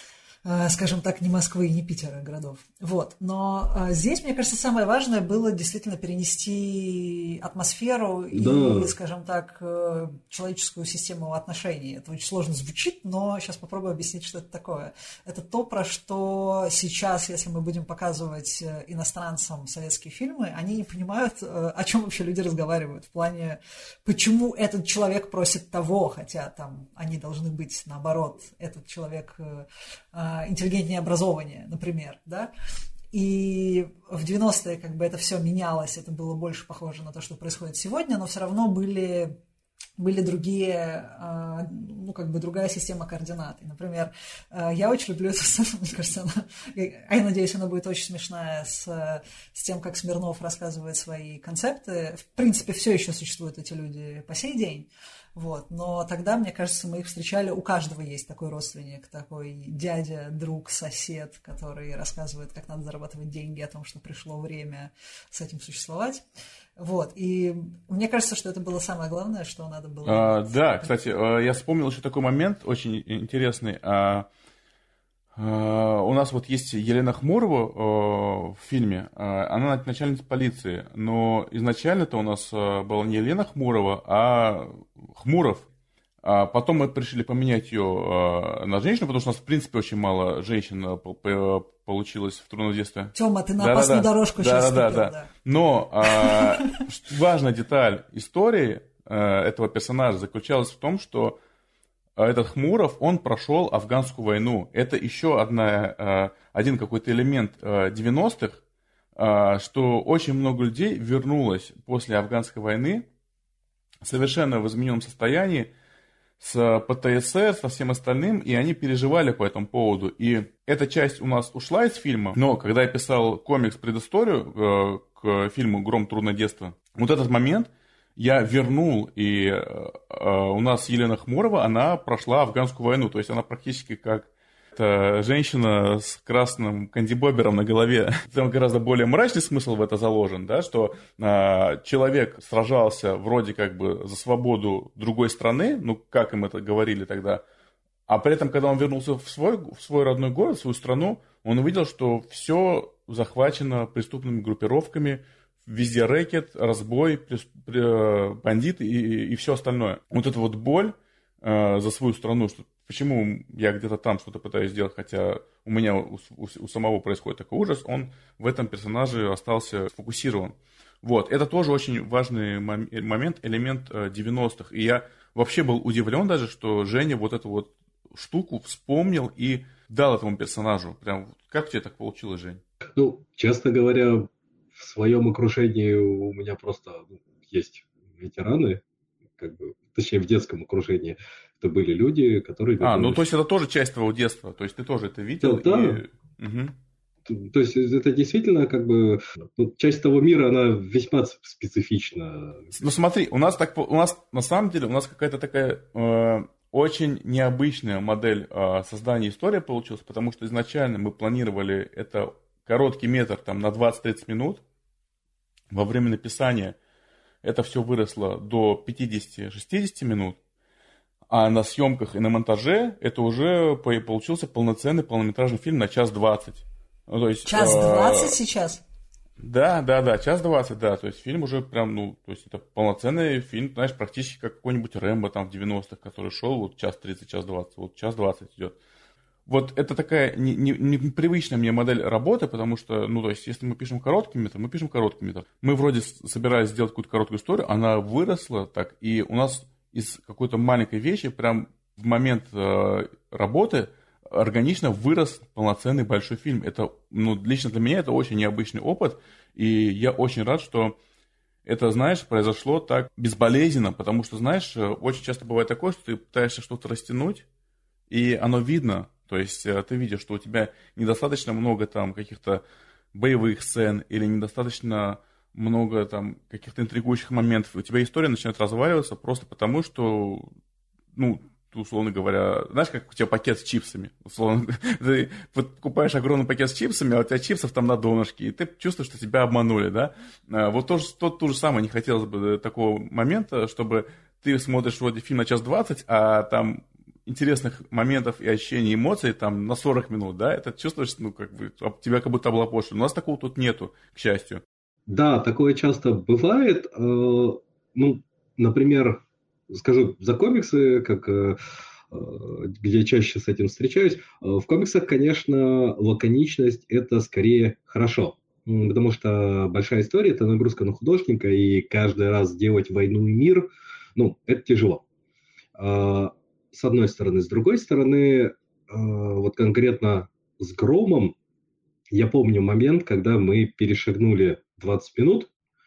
B: скажем так, не Москвы и не Питера, городов. Вот. Но а, здесь, мне кажется, самое важное было действительно перенести атмосферу да. и, скажем так, человеческую систему отношений. Это очень сложно звучит, но сейчас попробую объяснить, что это такое. Это то, про что сейчас, если мы будем показывать иностранцам советские фильмы, они не понимают, о чем вообще люди разговаривают. В плане, почему этот человек просит того, хотя там они должны быть наоборот. Этот человек... интеллигентнее, образованнее, например, да, и в девяностые как бы это все менялось, это было больше похоже на то, что происходит сегодня, но все равно были, были другие, ну, как бы другая система координат. И, например, я очень люблю эту сцену, мне кажется, она, а я надеюсь, она будет очень смешная с, с тем, как Смирнов рассказывает свои концепты. В принципе, все еще существуют эти люди по сей день. Вот. Но тогда, мне кажется, мы их встречали, у каждого есть такой родственник, такой дядя, друг, сосед, который рассказывает, как надо зарабатывать деньги, о том, что пришло время с этим существовать. Вот. И мне кажется, что это было самое главное, что надо было...
A: А, да, кстати, я вспомнил еще такой момент очень интересный. Uh, у нас вот есть Елена Хмурова uh, в фильме, uh, она начальница полиции, но изначально-то у нас uh, была не Елена Хмурова, а Хмуров. А потом мы решили поменять ее uh, на женщину, потому что у нас в принципе очень мало женщин uh, получилось в трудном детстве.
B: Тёма, ты на да, опасную да, дорожку
A: да,
B: сейчас
A: да,
B: ступил,
A: да, да. Но uh, важная деталь истории uh, этого персонажа заключалась в том, что этот Хмуров, он прошел афганскую войну. Это еще одна, один какой-то элемент девяностых, что очень много людей вернулось после афганской войны совершенно в измененном состоянии, с ПТСР, со всем остальным, и они переживали по этому поводу. И эта часть у нас ушла из фильма, но когда я писал комикс-предысторию к фильму «Гром. Трудное детство», вот этот момент я вернул, и э, у нас Елена Хмурова, она прошла афганскую войну, то есть она практически как женщина с красным кандибобером на голове. Там гораздо более мрачный смысл в это заложен, да, что э, человек сражался вроде как бы за свободу другой страны, ну, как им это говорили тогда, а при этом, когда он вернулся в свой, в свой родной город, в свою страну, он увидел, что все захвачено преступными группировками, везде рэкет, разбой, бандиты и, и все остальное. Вот эта вот боль э, за свою страну, что, почему я где-то там что-то пытаюсь сделать, хотя у меня у, у, у самого происходит такой ужас, он в этом персонаже остался сфокусирован. Вот, это тоже очень важный момент, элемент девяностых. И я вообще был удивлен даже, что Женя вот эту вот штуку вспомнил и дал этому персонажу. Прям, как у тебя так получилось, Жень?
C: Ну, честно говоря, в своем окружении у меня просто есть ветераны, как бы, точнее, в детском окружении. Это были люди, которые...
A: А, ну то есть это тоже часть твоего детства, то есть ты тоже это видел?
C: Да,
A: и...
C: да.
A: Угу.
C: То есть это действительно как бы ну, часть того мира, она весьма специфична.
A: Ну смотри, у нас так, у нас на самом деле у нас какая-то такая э, очень необычная модель э, создания истории получилась, потому что изначально мы планировали это короткий метр там на двадцать-тридцать минут. Во время написания это все выросло до пятьдесят-шестьдесят минут. А на съемках и на монтаже это уже получился полноценный полнометражный фильм на час двадцать. Ну, то есть,
B: час двадцать э- сейчас?
A: Да, да, да, час двадцать, да. То есть фильм уже прям, ну, то есть это полноценный фильм, знаешь, практически как какой-нибудь Рэмбо там в девяностых, который шел, вот час тридцать, час двадцать, вот час двадцать идет. Вот это такая непривычная не, не мне модель работы, потому что, ну, то есть, если мы пишем короткий метр, мы пишем короткий метр. Мы вроде собирались сделать какую-то короткую историю, она выросла так, и у нас из какой-то маленькой вещи прям в момент э, работы органично вырос полноценный большой фильм. Это, ну, лично для меня это очень необычный опыт, и я очень рад, что это, знаешь, произошло так безболезненно, потому что, знаешь, очень часто бывает такое, что ты пытаешься что-то растянуть, и оно видно, то есть ты видишь, что у тебя недостаточно много там каких-то боевых сцен, или недостаточно много там каких-то интригующих моментов, у тебя история начинает разваливаться просто потому, что, ну, ты, условно говоря, знаешь, как у тебя пакет с чипсами, условно, ты покупаешь огромный пакет с чипсами, а у тебя чипсов там на донышке, и ты чувствуешь, что тебя обманули, да, вот то же, то, то же самое, не хотелось бы такого момента, чтобы ты смотришь вроде фильм на час двадцать, а там интересных моментов и ощущений, эмоций там на сорок минут, да, это чувствуешь, ну, как бы, тебя как будто облапошили. У нас такого тут нету, к счастью.
C: Да, такое часто бывает. Ну, например, скажу за комиксы, как где чаще с этим встречаюсь. В комиксах, конечно, лаконичность – это скорее хорошо. Потому что большая история – это нагрузка на художника, и каждый раз делать «Войну и мир», ну, это тяжело. С одной стороны. С другой стороны, вот конкретно с «Громом» я помню момент, когда мы перешагнули двадцать минут,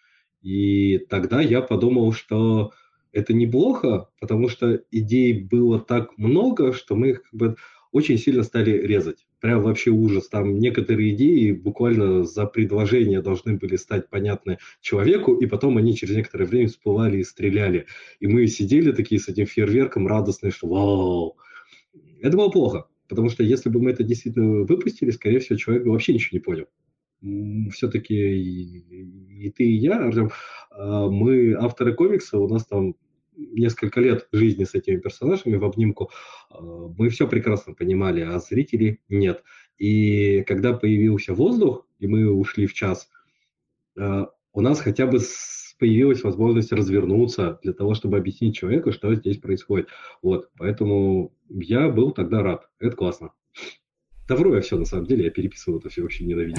C: и тогда я подумал, что это неплохо, потому что идей было так много, что мы их как бы очень сильно стали резать. Прям вообще ужас. Там некоторые идеи буквально за предложение должны были стать понятны человеку, и потом они через некоторое время всплывали и стреляли. И мы сидели такие с этим фейерверком радостные, что вау. Это было плохо, потому что если бы мы это действительно выпустили, скорее всего, человек бы вообще ничего не понял. Все-таки и, и ты, и я, Артем, мы авторы комикса, у нас там несколько лет жизни с этими персонажами в обнимку, мы все прекрасно понимали, а зрители нет. И когда появился воздух, и мы ушли в час, у нас хотя бы появилась возможность развернуться для того, чтобы объяснить человеку, что здесь происходит. Вот, поэтому я был тогда рад. Это классно. Да вру я все, на самом деле, я переписывал это все, вообще ненавидел.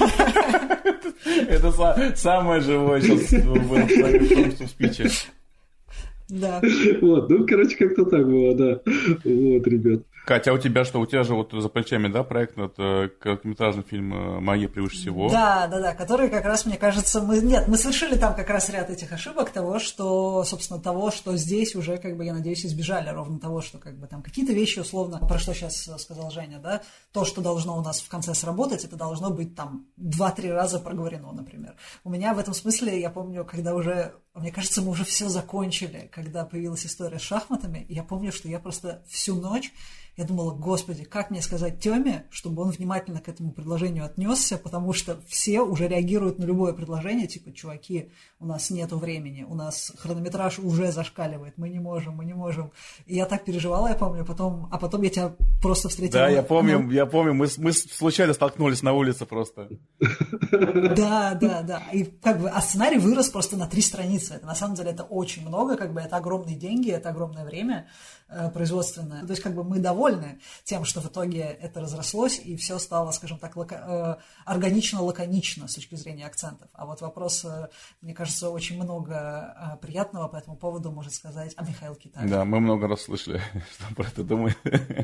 A: Это самое живое сейчас было в том спиче.
B: Да.
C: Вот, ну, короче, как-то так было, да. Вот, ребят.
A: Катя, а у тебя что? У тебя же вот за плечами, да, проект над короткометражный фильм «Магия превыше всего».
B: Да, да, да, который как раз, мне кажется, мы... Нет, мы совершили там как раз ряд этих ошибок того, что, собственно, того, что здесь уже, как бы, я надеюсь, избежали. Ровно того, что, как бы, там какие-то вещи, условно, про что сейчас сказал Женя, да, то, что должно у нас в конце сработать, это должно быть там два-три раза проговорено, например. У меня в этом смысле, я помню, когда уже... Мне кажется, мы уже все закончили, когда появилась история с шахматами. И я помню, что я просто всю ночь, я думала, господи, как мне сказать Тёме, чтобы он внимательно к этому предложению отнесся, потому что все уже реагируют на любое предложение, типа, чуваки, у нас нету времени, у нас хронометраж уже зашкаливает, мы не можем, мы не можем. И я так переживала, я помню, потом, а потом я тебя просто встретила.
A: Да, я помню, ну... я помню, мы, мы случайно столкнулись на улице просто.
B: Да, да, да. И как бы, а сценарий вырос просто на три страницы. Это, на самом деле, это очень много, как бы, это огромные деньги, это огромное время э, производственное. То есть, как бы, мы довольны тем, что в итоге это разрослось, и все стало, скажем так, лако- э, органично-лаконично с точки зрения акцентов. А вот вопрос, э, мне кажется, очень много э, приятного по этому поводу может сказать а Михаил Китаев.
A: Да, мы много раз слышали, что про это думает.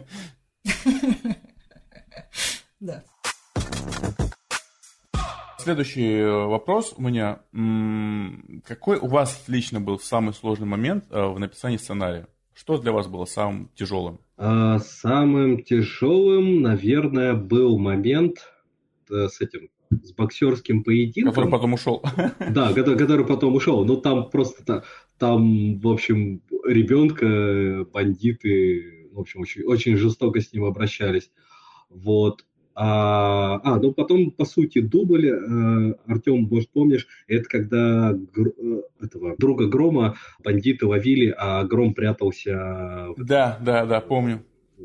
B: Да.
A: Следующий вопрос у меня. Какой у вас лично был самый сложный момент в написании сценария? Что для вас было самым тяжелым?
C: А, самым тяжелым, наверное, был момент э, с этим, с боксерским поединком.
A: Который потом ушел.
C: Да, который, который потом ушел. Но там просто, там, в общем, ребенка, бандиты, в общем, очень, очень жестоко с ним обращались. Вот. А, а, ну потом, по сути, дубль, э, Артем, может, помнишь, это когда гр, этого друга Грома бандиты ловили, а Гром прятался...
A: Да, да, да, помню.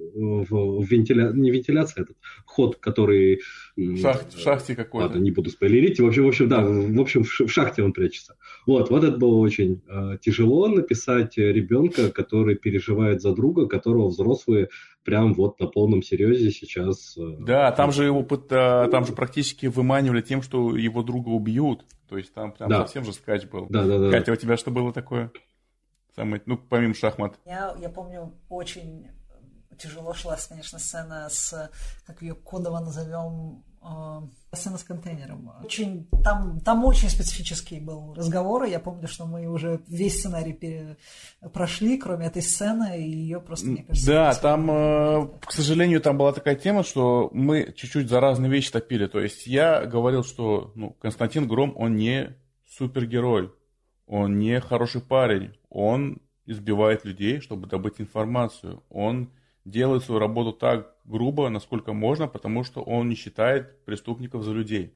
C: В, в вентиля... не вентиляция, этот ход, который...
A: В, шах... в шахте какой-то.
C: Ладно, не буду спойлерить. В общем, в общем, да, в общем, в шахте он прячется. Вот, вот это было очень э, тяжело написать ребенка, который переживает за друга, которого взрослые прям вот на полном серьезе сейчас... Э,
A: да, там же его там же практически выманивали тем, что его друга убьют. То есть там прям да. совсем же скач был.
C: Да, да, да.
A: Катя, у тебя что было такое? Самое, ну, помимо шахмат.
B: Я, я помню, очень... Тяжело шла, конечно, сцена с, как ее кодово назовем, э, сцена с контейнером. Очень, там, там очень специфический был разговор, и я помню, что мы уже весь сценарий пере... прошли, кроме этой сцены, и ее просто, мне кажется...
A: Да, там, э, к сожалению, там была такая тема, что мы чуть-чуть за разные вещи топили. То есть я говорил, что ну, Константин Гром, он не супергерой, он не хороший парень, он избивает людей, чтобы добыть информацию, он... делает свою работу так грубо, насколько можно, потому что он не считает преступников за людей.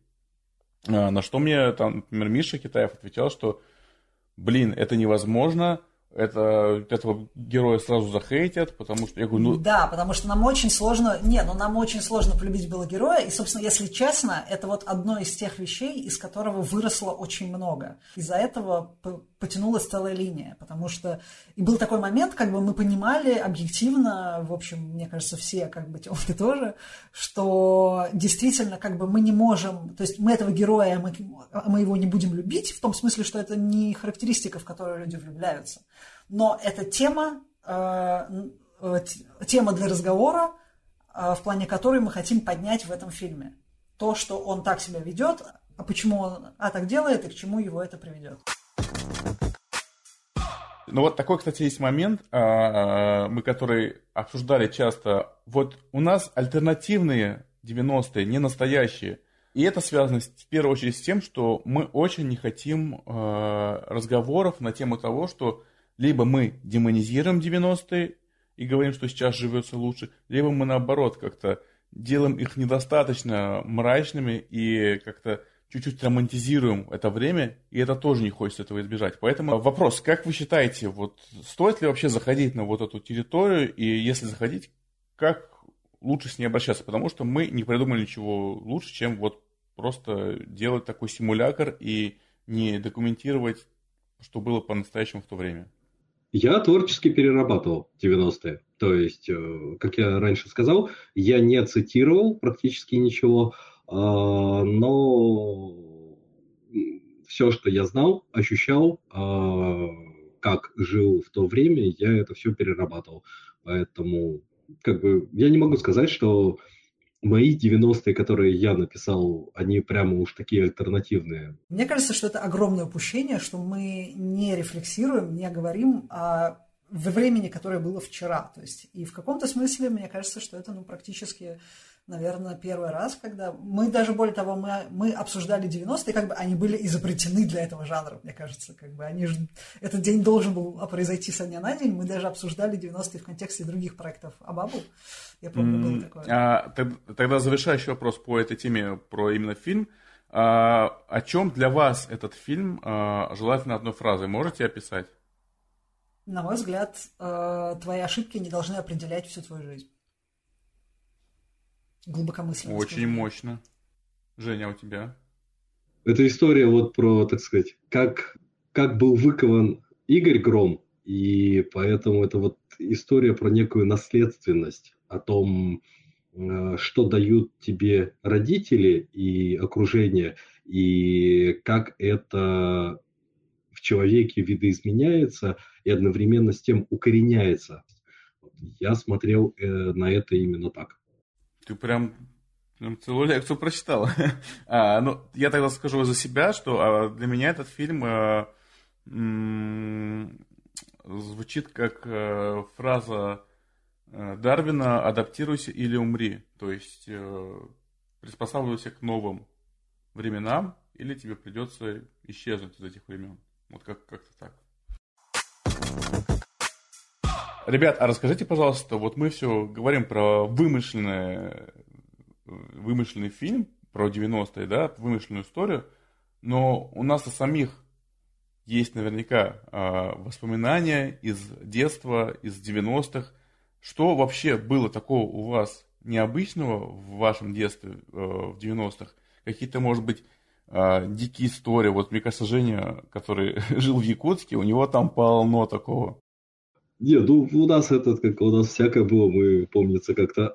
A: На что мне, там, например, Миша Китаев отвечал, что, блин, это невозможно, это, этого героя сразу захейтят, потому что я говорю, ну...
B: Да, потому что нам очень сложно... Не, ну нам очень сложно полюбить было героя, и, собственно, если честно, это вот одно из тех вещей, из которого выросло очень много. Из-за этого потянулась целая линия, потому что... И был такой момент, как бы мы понимали объективно, в общем, мне кажется, все, как бы, ты тоже, что действительно, как бы, мы не можем... То есть мы этого героя, мы, мы его не будем любить, в том смысле, что это не характеристика, в которую люди влюбляются. Но это тема, э, тема для разговора, э, в плане которой мы хотим поднять в этом фильме. То, что он так себя ведет, а почему он а, так делает и к чему его это приведет.
A: Ну вот такой, кстати, есть момент, э, мы который обсуждали часто. Вот у нас альтернативные девяностые, не настоящие. И это связано в первую очередь с тем, что мы очень не хотим э, разговоров на тему того, что либо мы демонизируем девяностые и говорим, что сейчас живется лучше, либо мы наоборот как-то делаем их недостаточно мрачными и как-то чуть-чуть романтизируем это время, и это тоже не хочется этого избежать. Поэтому вопрос, как вы считаете, вот стоит ли вообще заходить на вот эту территорию, и если заходить, как лучше с ней обращаться? Потому что мы не придумали ничего лучше, чем вот просто делать такой симулятор и не документировать, что было по-настоящему в то время.
C: Я творчески перерабатывал девяностые. То есть, как я раньше сказал, я не цитировал практически ничего, но все, что я знал, ощущал, как жил в то время, я это все перерабатывал. Поэтому, как бы, я не могу сказать, что мои девяностые, которые я написал, они прямо уж такие альтернативные.
B: Мне кажется, что это огромное упущение, что мы не рефлексируем, не говорим о времени, которое было вчера. То есть, и в каком-то смысле, мне кажется, что это ну, практически, наверное, первый раз, когда мы даже, более того, мы, мы обсуждали девяностые, как бы они были изобретены для этого жанра, мне кажется. Как бы они же, этот день должен был произойти со дня на день. Мы даже обсуждали девяностые в контексте других проектов Абабу. Я помню, было такое.
A: А, тогда завершающий вопрос по этой теме, про именно фильм. А, о чем для вас этот фильм, а, желательно одной фразой, можете описать?
B: На мой взгляд, твои ошибки не должны определять всю твою жизнь. Глубокомысленно.
A: Очень
B: скажу.
A: мощно. Женя, а у тебя?
C: Это история вот про, так сказать, как, как был выкован Игорь Гром, и поэтому это вот история про некую наследственность, о том, что дают тебе родители и окружение, и как это в человеке видоизменяется и одновременно с тем укореняется. Я смотрел э, на это именно так.
A: Ты прям, прям целую лекцию прочитал. а, ну, я тогда скажу за себя, что а, для меня этот фильм а, м- звучит как а, фраза а, Дарвина «адаптируйся или умри». То есть а, приспосабливайся к новым временам, или тебе придется исчезнуть из этих времен. Вот как- как-то так. Ребят, а расскажите, пожалуйста, вот мы все говорим про вымышленное, вымышленный фильм, про девяностые, да, вымышленную историю, но у нас у самих есть наверняка э, воспоминания из детства, из девяностых. Что вообще было такого у вас необычного в вашем детстве э, в девяностых? Какие-то, может быть, э, дикие истории? Вот мне кажется, Женя, который жил в Якутске, у него там полно такого.
C: Не, ну у нас этот, как у нас всякое было, мы, помнится, как-то...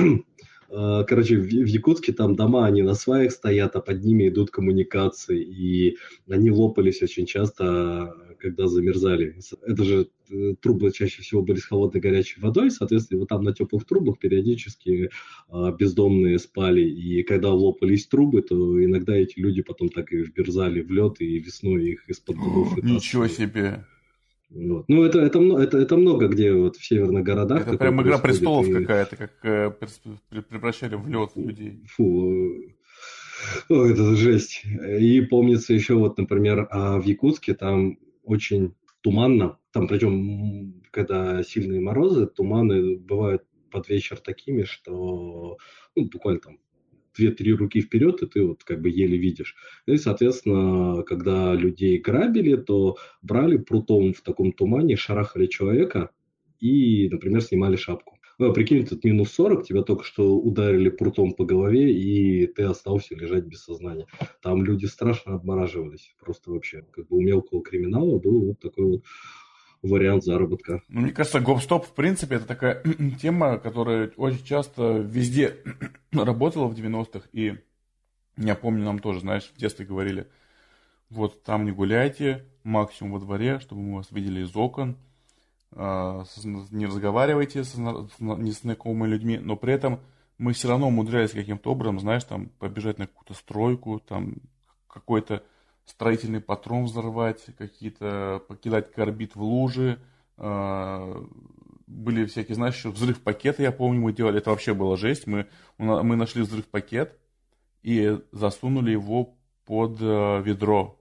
C: э, Короче, в в Якутске там дома, они на сваях стоят, а под ними идут коммуникации, и они лопались очень часто, когда замерзали. Это же э, трубы чаще всего были с холодной горячей водой, соответственно, вот там на теплых трубах периодически э, бездомные спали, и когда лопались трубы, то иногда эти люди потом так и вмерзали в лед, и весной их из-под домов
A: Ничего
C: вытаскивали.
A: себе!
C: Вот. Ну, это, это, мно- это, это много где вот в северных городах
A: Это
C: такое
A: прям Игра
C: происходит.
A: престолов
C: И
A: какая-то, как э, прес- пре- превращали в лед людей.
C: фу, э, ой, это жесть. И помнится еще вот, например, а в Якутске там очень туманно. Там причем, когда сильные морозы, туманы бывают под вечер такими, что ну, буквально там две-три руки вперед, и ты вот как бы еле видишь. И, соответственно, когда людей грабили, то брали прутом в таком тумане, шарахали человека и, например, снимали шапку. Ну, а прикинь, тут минус сорок, тебя только что ударили прутом по голове, и ты остался лежать без сознания. Там люди страшно обмораживались. Просто вообще. Как бы у мелкого криминала был вот такой вот вариант заработка.
A: Ну, мне кажется, гоп-стоп, в принципе, это такая тема, которая очень часто везде работала в девяностых. И я помню, нам тоже, знаешь, в детстве говорили, вот там не гуляйте, максимум во дворе, чтобы мы вас видели из окон. а, с- Не разговаривайте с на- с на- незнакомыми людьми, но при этом мы все равно умудрялись каким-то образом, знаешь, там побежать на какую-то стройку, там какой-то строительный патрон взорвать, какие-то покидать карбид в лужи. а, Были всякие, знаешь, еще взрыв пакета, я помню, мы делали, это вообще была жесть. Мы, у на- мы нашли взрыв пакет и засунули его под э, ведро.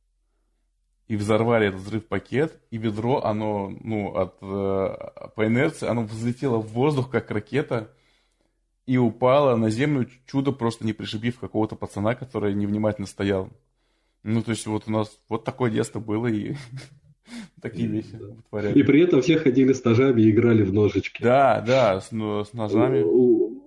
A: И взорвали этот взрыв пакет, и ведро, оно, ну, от, э, по инерции, оно взлетело в воздух, как ракета, и упало на землю, чудо просто не пришибив какого-то пацана, который невнимательно стоял. Ну, то есть вот у нас вот такое детство было, и такие вещи
C: И
A: вытворяли.
C: при этом все ходили с ножами и играли в ножички.
A: Да, да, с, ну, с ножами.
C: У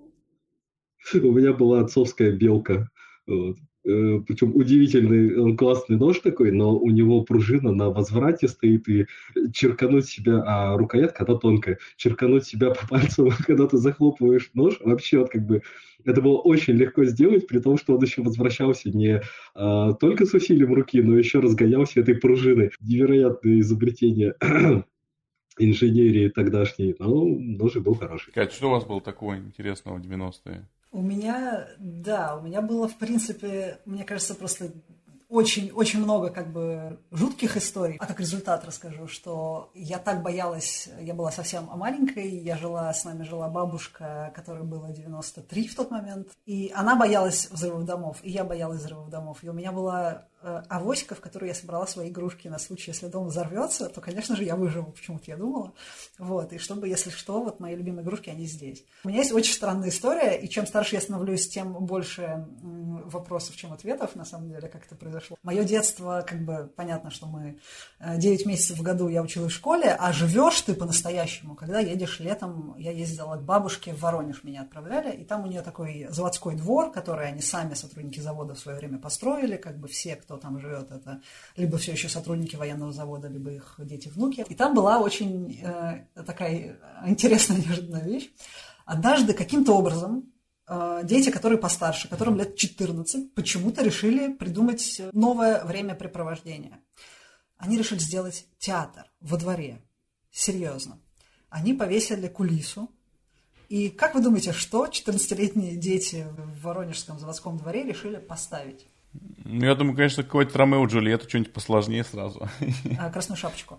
C: у меня была отцовская белка. Вот. Э, Причем удивительный, он классный нож такой, но у него пружина на возврате стоит, и черкануть себя, а рукоятка, она тонкая, черкануть себя по пальцам, когда ты захлопываешь нож, вообще вот как бы это было очень легко сделать, при том, что он еще возвращался не а, только с усилием руки, но еще разгонялся этой пружиной. Невероятное изобретение инженерии тогдашней, но нож был хороший.
A: Кать, что у вас было такого интересного в девяностые?
B: У меня, да, у меня было, в принципе, мне кажется, просто очень, очень много как бы жутких историй. А как результат расскажу, что я так боялась, я была совсем маленькой, я жила, с нами жила бабушка, которой было девяносто три в тот момент, и она боялась взрывов домов, и я боялась взрывов домов. И у меня была э, авоська, в которую я собрала свои игрушки на случай, если дом взорвется, то, конечно же, я выживу, почему-то я думала. Вот, и чтобы, если что, вот мои любимые игрушки, они здесь. У меня есть очень странная история, и чем старше я становлюсь, тем больше м, вопросов, чем ответов, на самом деле, как это произошло. Мое детство, как бы, понятно, что мы девять месяцев в году я училась в школе, а живешь ты по-настоящему, когда едешь летом, я ездила к бабушке в Воронеж, меня отправляли, и там у нее такой заводской двор, который они сами, сотрудники завода, в свое время построили, как бы все, кто там живет, это либо все еще сотрудники военного завода, либо их дети-внуки. И там была очень э, такая интересная, неожиданная вещь. Однажды каким-то образом дети, которые постарше, которым лет четырнадцать, почему-то решили придумать новое времяпрепровождение. Они решили сделать театр во дворе. Серьезно. Они повесили кулису. И как вы думаете, что четырнадцатилетние дети в Воронежском заводском дворе решили поставить?
A: Ну, я думаю, конечно, какой-то Ромео и Джульетту, что-нибудь посложнее сразу.
B: Красную шапочку.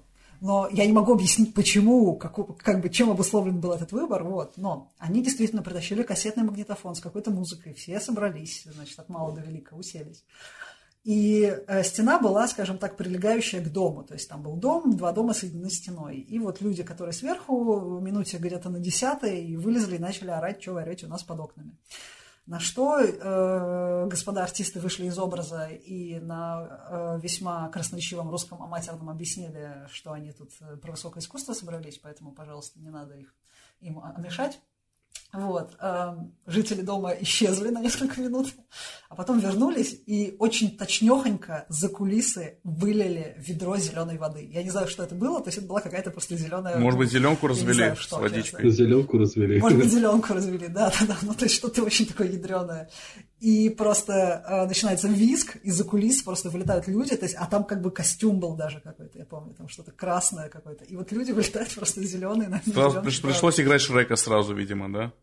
B: Но я не могу объяснить, почему, как, как бы, чем обусловлен был этот выбор, вот. Но они действительно притащили кассетный магнитофон с какой-то музыкой, все собрались, значит, от мала до велика, уселись. И э, стена была, скажем так, прилегающая к дому, то есть там был дом, два дома соединены стеной. И вот люди, которые сверху, в минуте где-то на десятой, вылезли и начали орать, что вы орете у нас под окнами. На что э, господа артисты вышли из образа и на э, весьма красноречивом русском аматорном объяснили, что они тут про высокое искусство собрались, поэтому, пожалуйста, не надо их им мешать. Вот. Э, жители дома исчезли на несколько минут, а потом вернулись и очень точнёхонько за кулисы вылили ведро зеленой воды. Я не знаю, что это было, то есть это была какая-то просто зеленая...
A: Может быть, зеленку развели
B: знаю,
A: с
B: что,
A: водичкой?
C: Честно. Зеленку развели.
B: Может быть, зеленку развели, да, да, да. Ну, то есть что-то очень такое ядреное. И просто э, начинается визг, из-за кулис просто вылетают люди, то есть, а там как бы костюм был даже какой-то, я помню, там что-то красное какое-то. И вот люди вылетают просто зеленые. На
A: Сразу приш- пришлось играть Шрека сразу, видимо, да?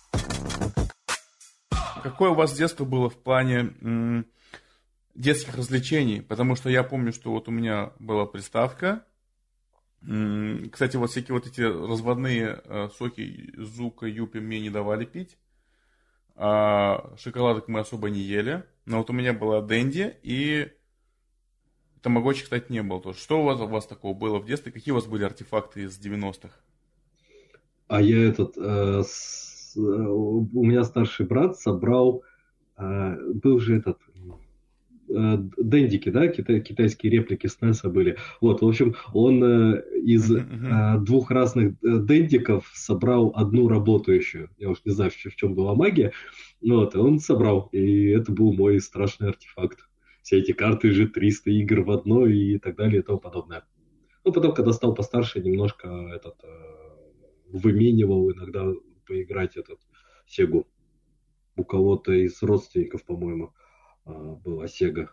A: Какое у вас детство было в плане м- детских развлечений? Потому что я помню, что вот у меня была приставка. М- кстати, вот всякие вот эти разводные э, соки Зука, Юпи мне не давали пить. А шоколадок мы особо не ели. Но вот у меня была Дэнди и тамагочи, кстати, не было тоже. Что у вас, у вас такого было в детстве? Какие у вас были артефакты из девяностых?
C: А я этот... Э, с, э, у меня старший брат собрал... Э, был же этот... Э, Дэндики, да? Китай, китайские реплики эс эн эс были. Вот, в общем, он э, из uh-huh, uh-huh. Э, двух разных Дэндиков собрал одну работающую. Я уж не знаю, в, в чем была магия. Вот, и он собрал. И это был мой страшный артефакт. Все эти карты же триста игр в одной и так далее и тому подобное. Ну, потом, когда стал постарше, немножко этот... выменивал иногда поиграть этот Сегу. У кого-то из родственников, по-моему, была Сега.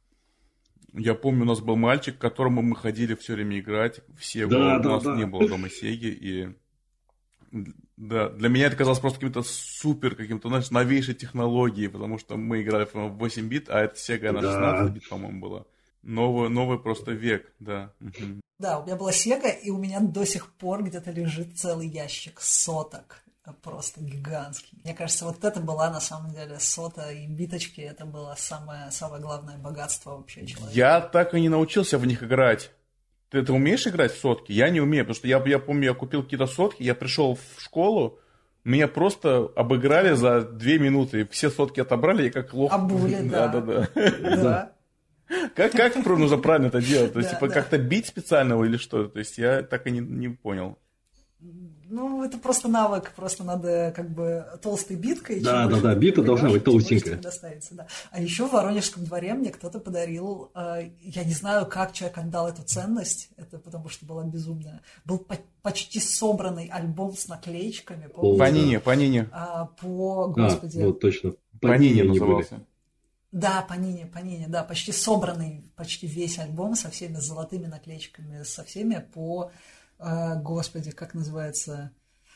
A: Я помню, у нас был мальчик, к которому мы ходили все время играть в Сегу.
C: Да,
A: у
C: да,
A: нас
C: да.
A: не было дома Сеги. И да, для меня это казалось просто каким-то супер, каким-то, знаешь, новейшей технологией, потому что мы играли в восемь бит, а эта Сега на шестнадцать бит, по-моему, была. Новый, новый просто век, да.
B: Да, у меня была Сега, и у меня до сих пор где-то лежит целый ящик соток. Просто гигантский. Мне кажется, вот это была на самом деле сота и биточки, это было самое, самое главное богатство вообще человека.
A: Я так и не научился в них играть. Ты, ты умеешь играть в сотки? Я не умею, потому что я, я помню, я купил какие-то сотки, я пришел в школу, меня просто обыграли за две минуты, все сотки отобрали, я как лох.
B: Обули, да.
A: Да-да-да.
B: Да.
A: Как, как нужно правильно это делать? То есть,
B: Да,
A: типа,
B: да.
A: как-то бить специального или что? То есть, я так и не, не понял.
B: Ну, это просто навык, просто надо как бы толстой биткой.
C: Да,
B: чем
C: да, да, бита должна быть толстенькая.
B: Да. А еще в Воронежском дворе мне кто-то подарил, э, я не знаю, как человек отдал эту ценность, это потому что была безумная, был по- почти собранный альбом с наклеечками.
C: О,
A: Панини,
C: да.
A: Панини.
B: А, по, господи...
C: А, вот точно.
A: Панини
C: они
A: назывался.
C: были.
B: Да, Панини, Панини, да, почти собранный, почти весь альбом со всеми золотыми наклеечками, со всеми по... Господи, как называется?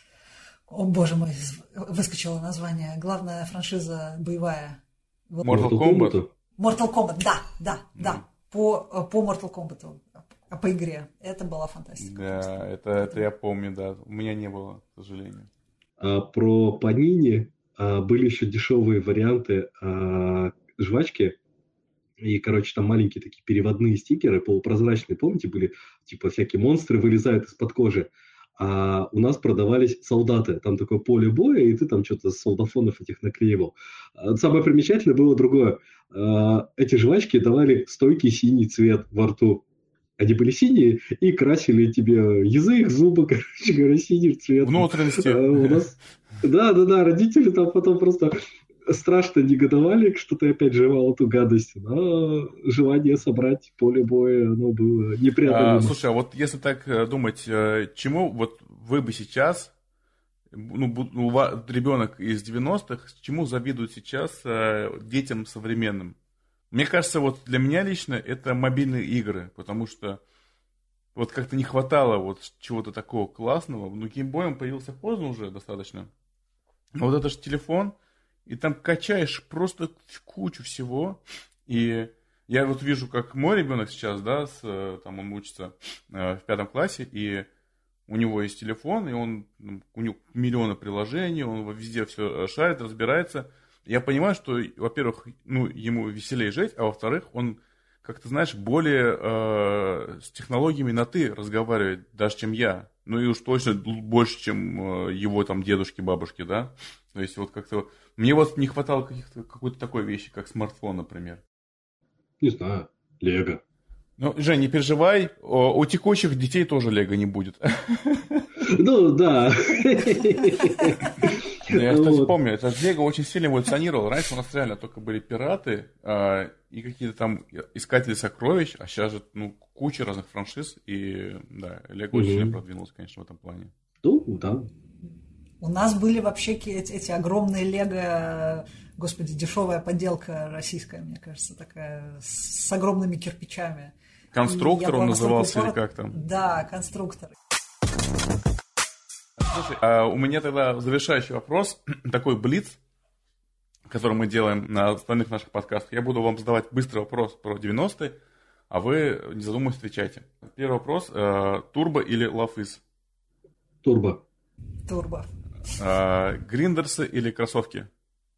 B: О, боже мой, выскочило название. Главная франшиза боевая.
A: Mortal Kombat?
B: Mortal Kombat, да, да, да. По, по Mortal Kombat, по игре. Это была фантастика.
A: Да, это, это я помню, да. У меня не было, к сожалению.
C: А, про Панини а, были еще дешевые варианты а, жвачки. И, короче, там маленькие такие переводные стикеры, полупрозрачные, помните, были, типа, всякие монстры вылезают из-под кожи. А у нас продавались солдаты. Там такое поле боя, и ты там что-то с солдафонов этих наклеивал. А самое примечательное было другое. А, эти жвачки давали стойкий синий цвет во рту. Они были синие и красили тебе язык, зубы, короче говоря, синий цвет.
A: Внутренности.
C: А, у нас... Да, да, да, родители там потом просто... страшно негодовали, что ты опять жевал эту гадость, но желание собрать поле боя, оно было непреодолимо.
A: А, слушай, а вот если так думать, чему вот вы бы сейчас, ну, у вас, ребенок из девяностых, чему завидует сейчас детям современным? Мне кажется, вот для меня лично это мобильные игры, потому что вот как-то не хватало вот чего-то такого классного. Ну, геймбой он появился поздно уже достаточно. Но вот это же телефон, и там качаешь просто кучу всего, и Я вот вижу, как мой ребенок сейчас, да, с, там он учится э, в пятом классе, и у него есть телефон, и он, у него миллионы приложений, он везде все шарит, разбирается. Я понимаю, что, во-первых, ну, ему веселее жить, а во-вторых, он, как ты знаешь, более э, с технологиями на «ты» разговаривает, даже чем я. Ну и уж точно больше, чем э, его там дедушки, бабушки, да. То есть вот как-то... Мне вот не хватало каких-то, какой-то такой вещи, как смартфон, например.
C: Не знаю, Лего.
A: Ну, Жень, не переживай, у текущих детей тоже Лего не будет.
C: Ну, да.
A: Я, кстати, помню, этот Лего очень сильно эволюционировал. Раньше у нас реально только были пираты а, и какие-то там искатели сокровищ, а сейчас же ну, куча разных франшиз, и да, Лего очень сильно продвинулся, конечно, в этом плане.
C: Ну, да.
B: У нас были вообще эти, эти огромные Лего, господи, дешевая подделка российская, мне кажется, такая, с, с огромными кирпичами.
A: Конструктор он назывался или как там?
B: Да, конструктор.
A: Слушай, а у меня тогда завершающий вопрос, такой блиц, который мы делаем на остальных наших подкастах. Я буду вам задавать быстрый вопрос про девяностые, а вы, не задумываясь, отвечайте. Первый вопрос. Турбо или Лафис?
C: Турбо.
B: Турбо.
A: Гриндерсы или кроссовки?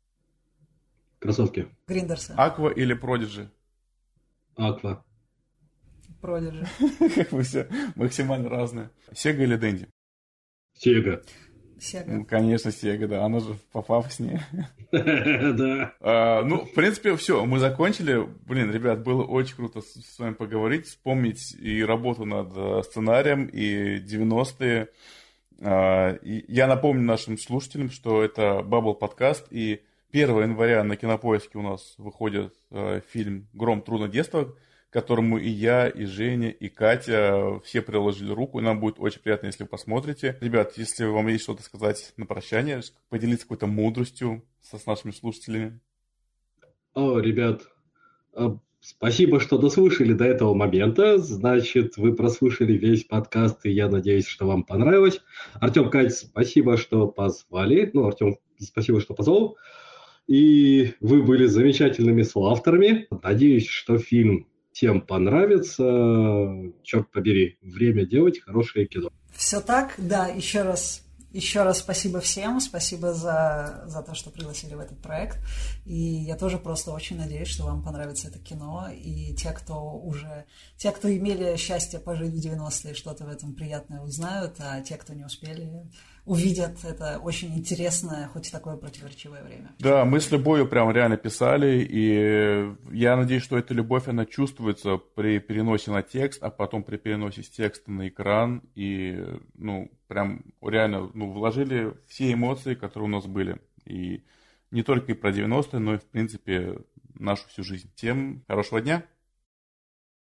C: Кроссовки.
B: Гриндерсы.
A: Аква или Продиджи?
C: Аква.
B: Продиджи.
A: Как вы все максимально разные. Сега или Дэнди?
C: Сега.
B: Сега.
A: Ну, конечно, Сега, да. Она же попафоснее.
C: Да.
A: А, ну, в принципе, все. Мы закончили. Блин, ребят, было очень круто с вами поговорить, вспомнить и работу над сценарием, и девяностые. А, и я напомню нашим слушателям, что это Bubble подкаст, и первого января на Кинопоиске у нас выходит а, фильм «Гром. Трудное детство», к которому и я, и Женя, и Катя все приложили руку. И нам будет очень приятно, если вы посмотрите. Ребят, если вам есть что-то сказать на прощание, поделиться какой-то мудростью со, с нашими слушателями.
C: О, ребят, спасибо, что дослушали до этого момента. Значит, вы прослушали весь подкаст, и я надеюсь, что вам понравилось. Артем, Катя, спасибо, что позвали. Ну, Артем, спасибо, что позвал. И вы были замечательными соавторами. Надеюсь, что фильм всем понравится. Черт побери, время делать хорошее кино.
B: Все так, да, еще раз, еще раз спасибо всем, спасибо за, за то, что пригласили в этот проект. И я тоже просто очень надеюсь, что вам понравится это кино. И те, кто уже, те, кто имели счастье пожить в девяностые, что-то в этом приятное узнают, а те, кто не успели, увидят это очень интересное, хоть и такое противоречивое время.
A: Да, мы с любовью прям реально писали, и я надеюсь, что эта любовь, она чувствуется при переносе на текст, а потом при переносе с текста на экран, и, ну, прям реально, ну, вложили все эмоции, которые у нас были, и не только и про девяностые, но и, в принципе, нашу всю жизнь. Всем хорошего дня!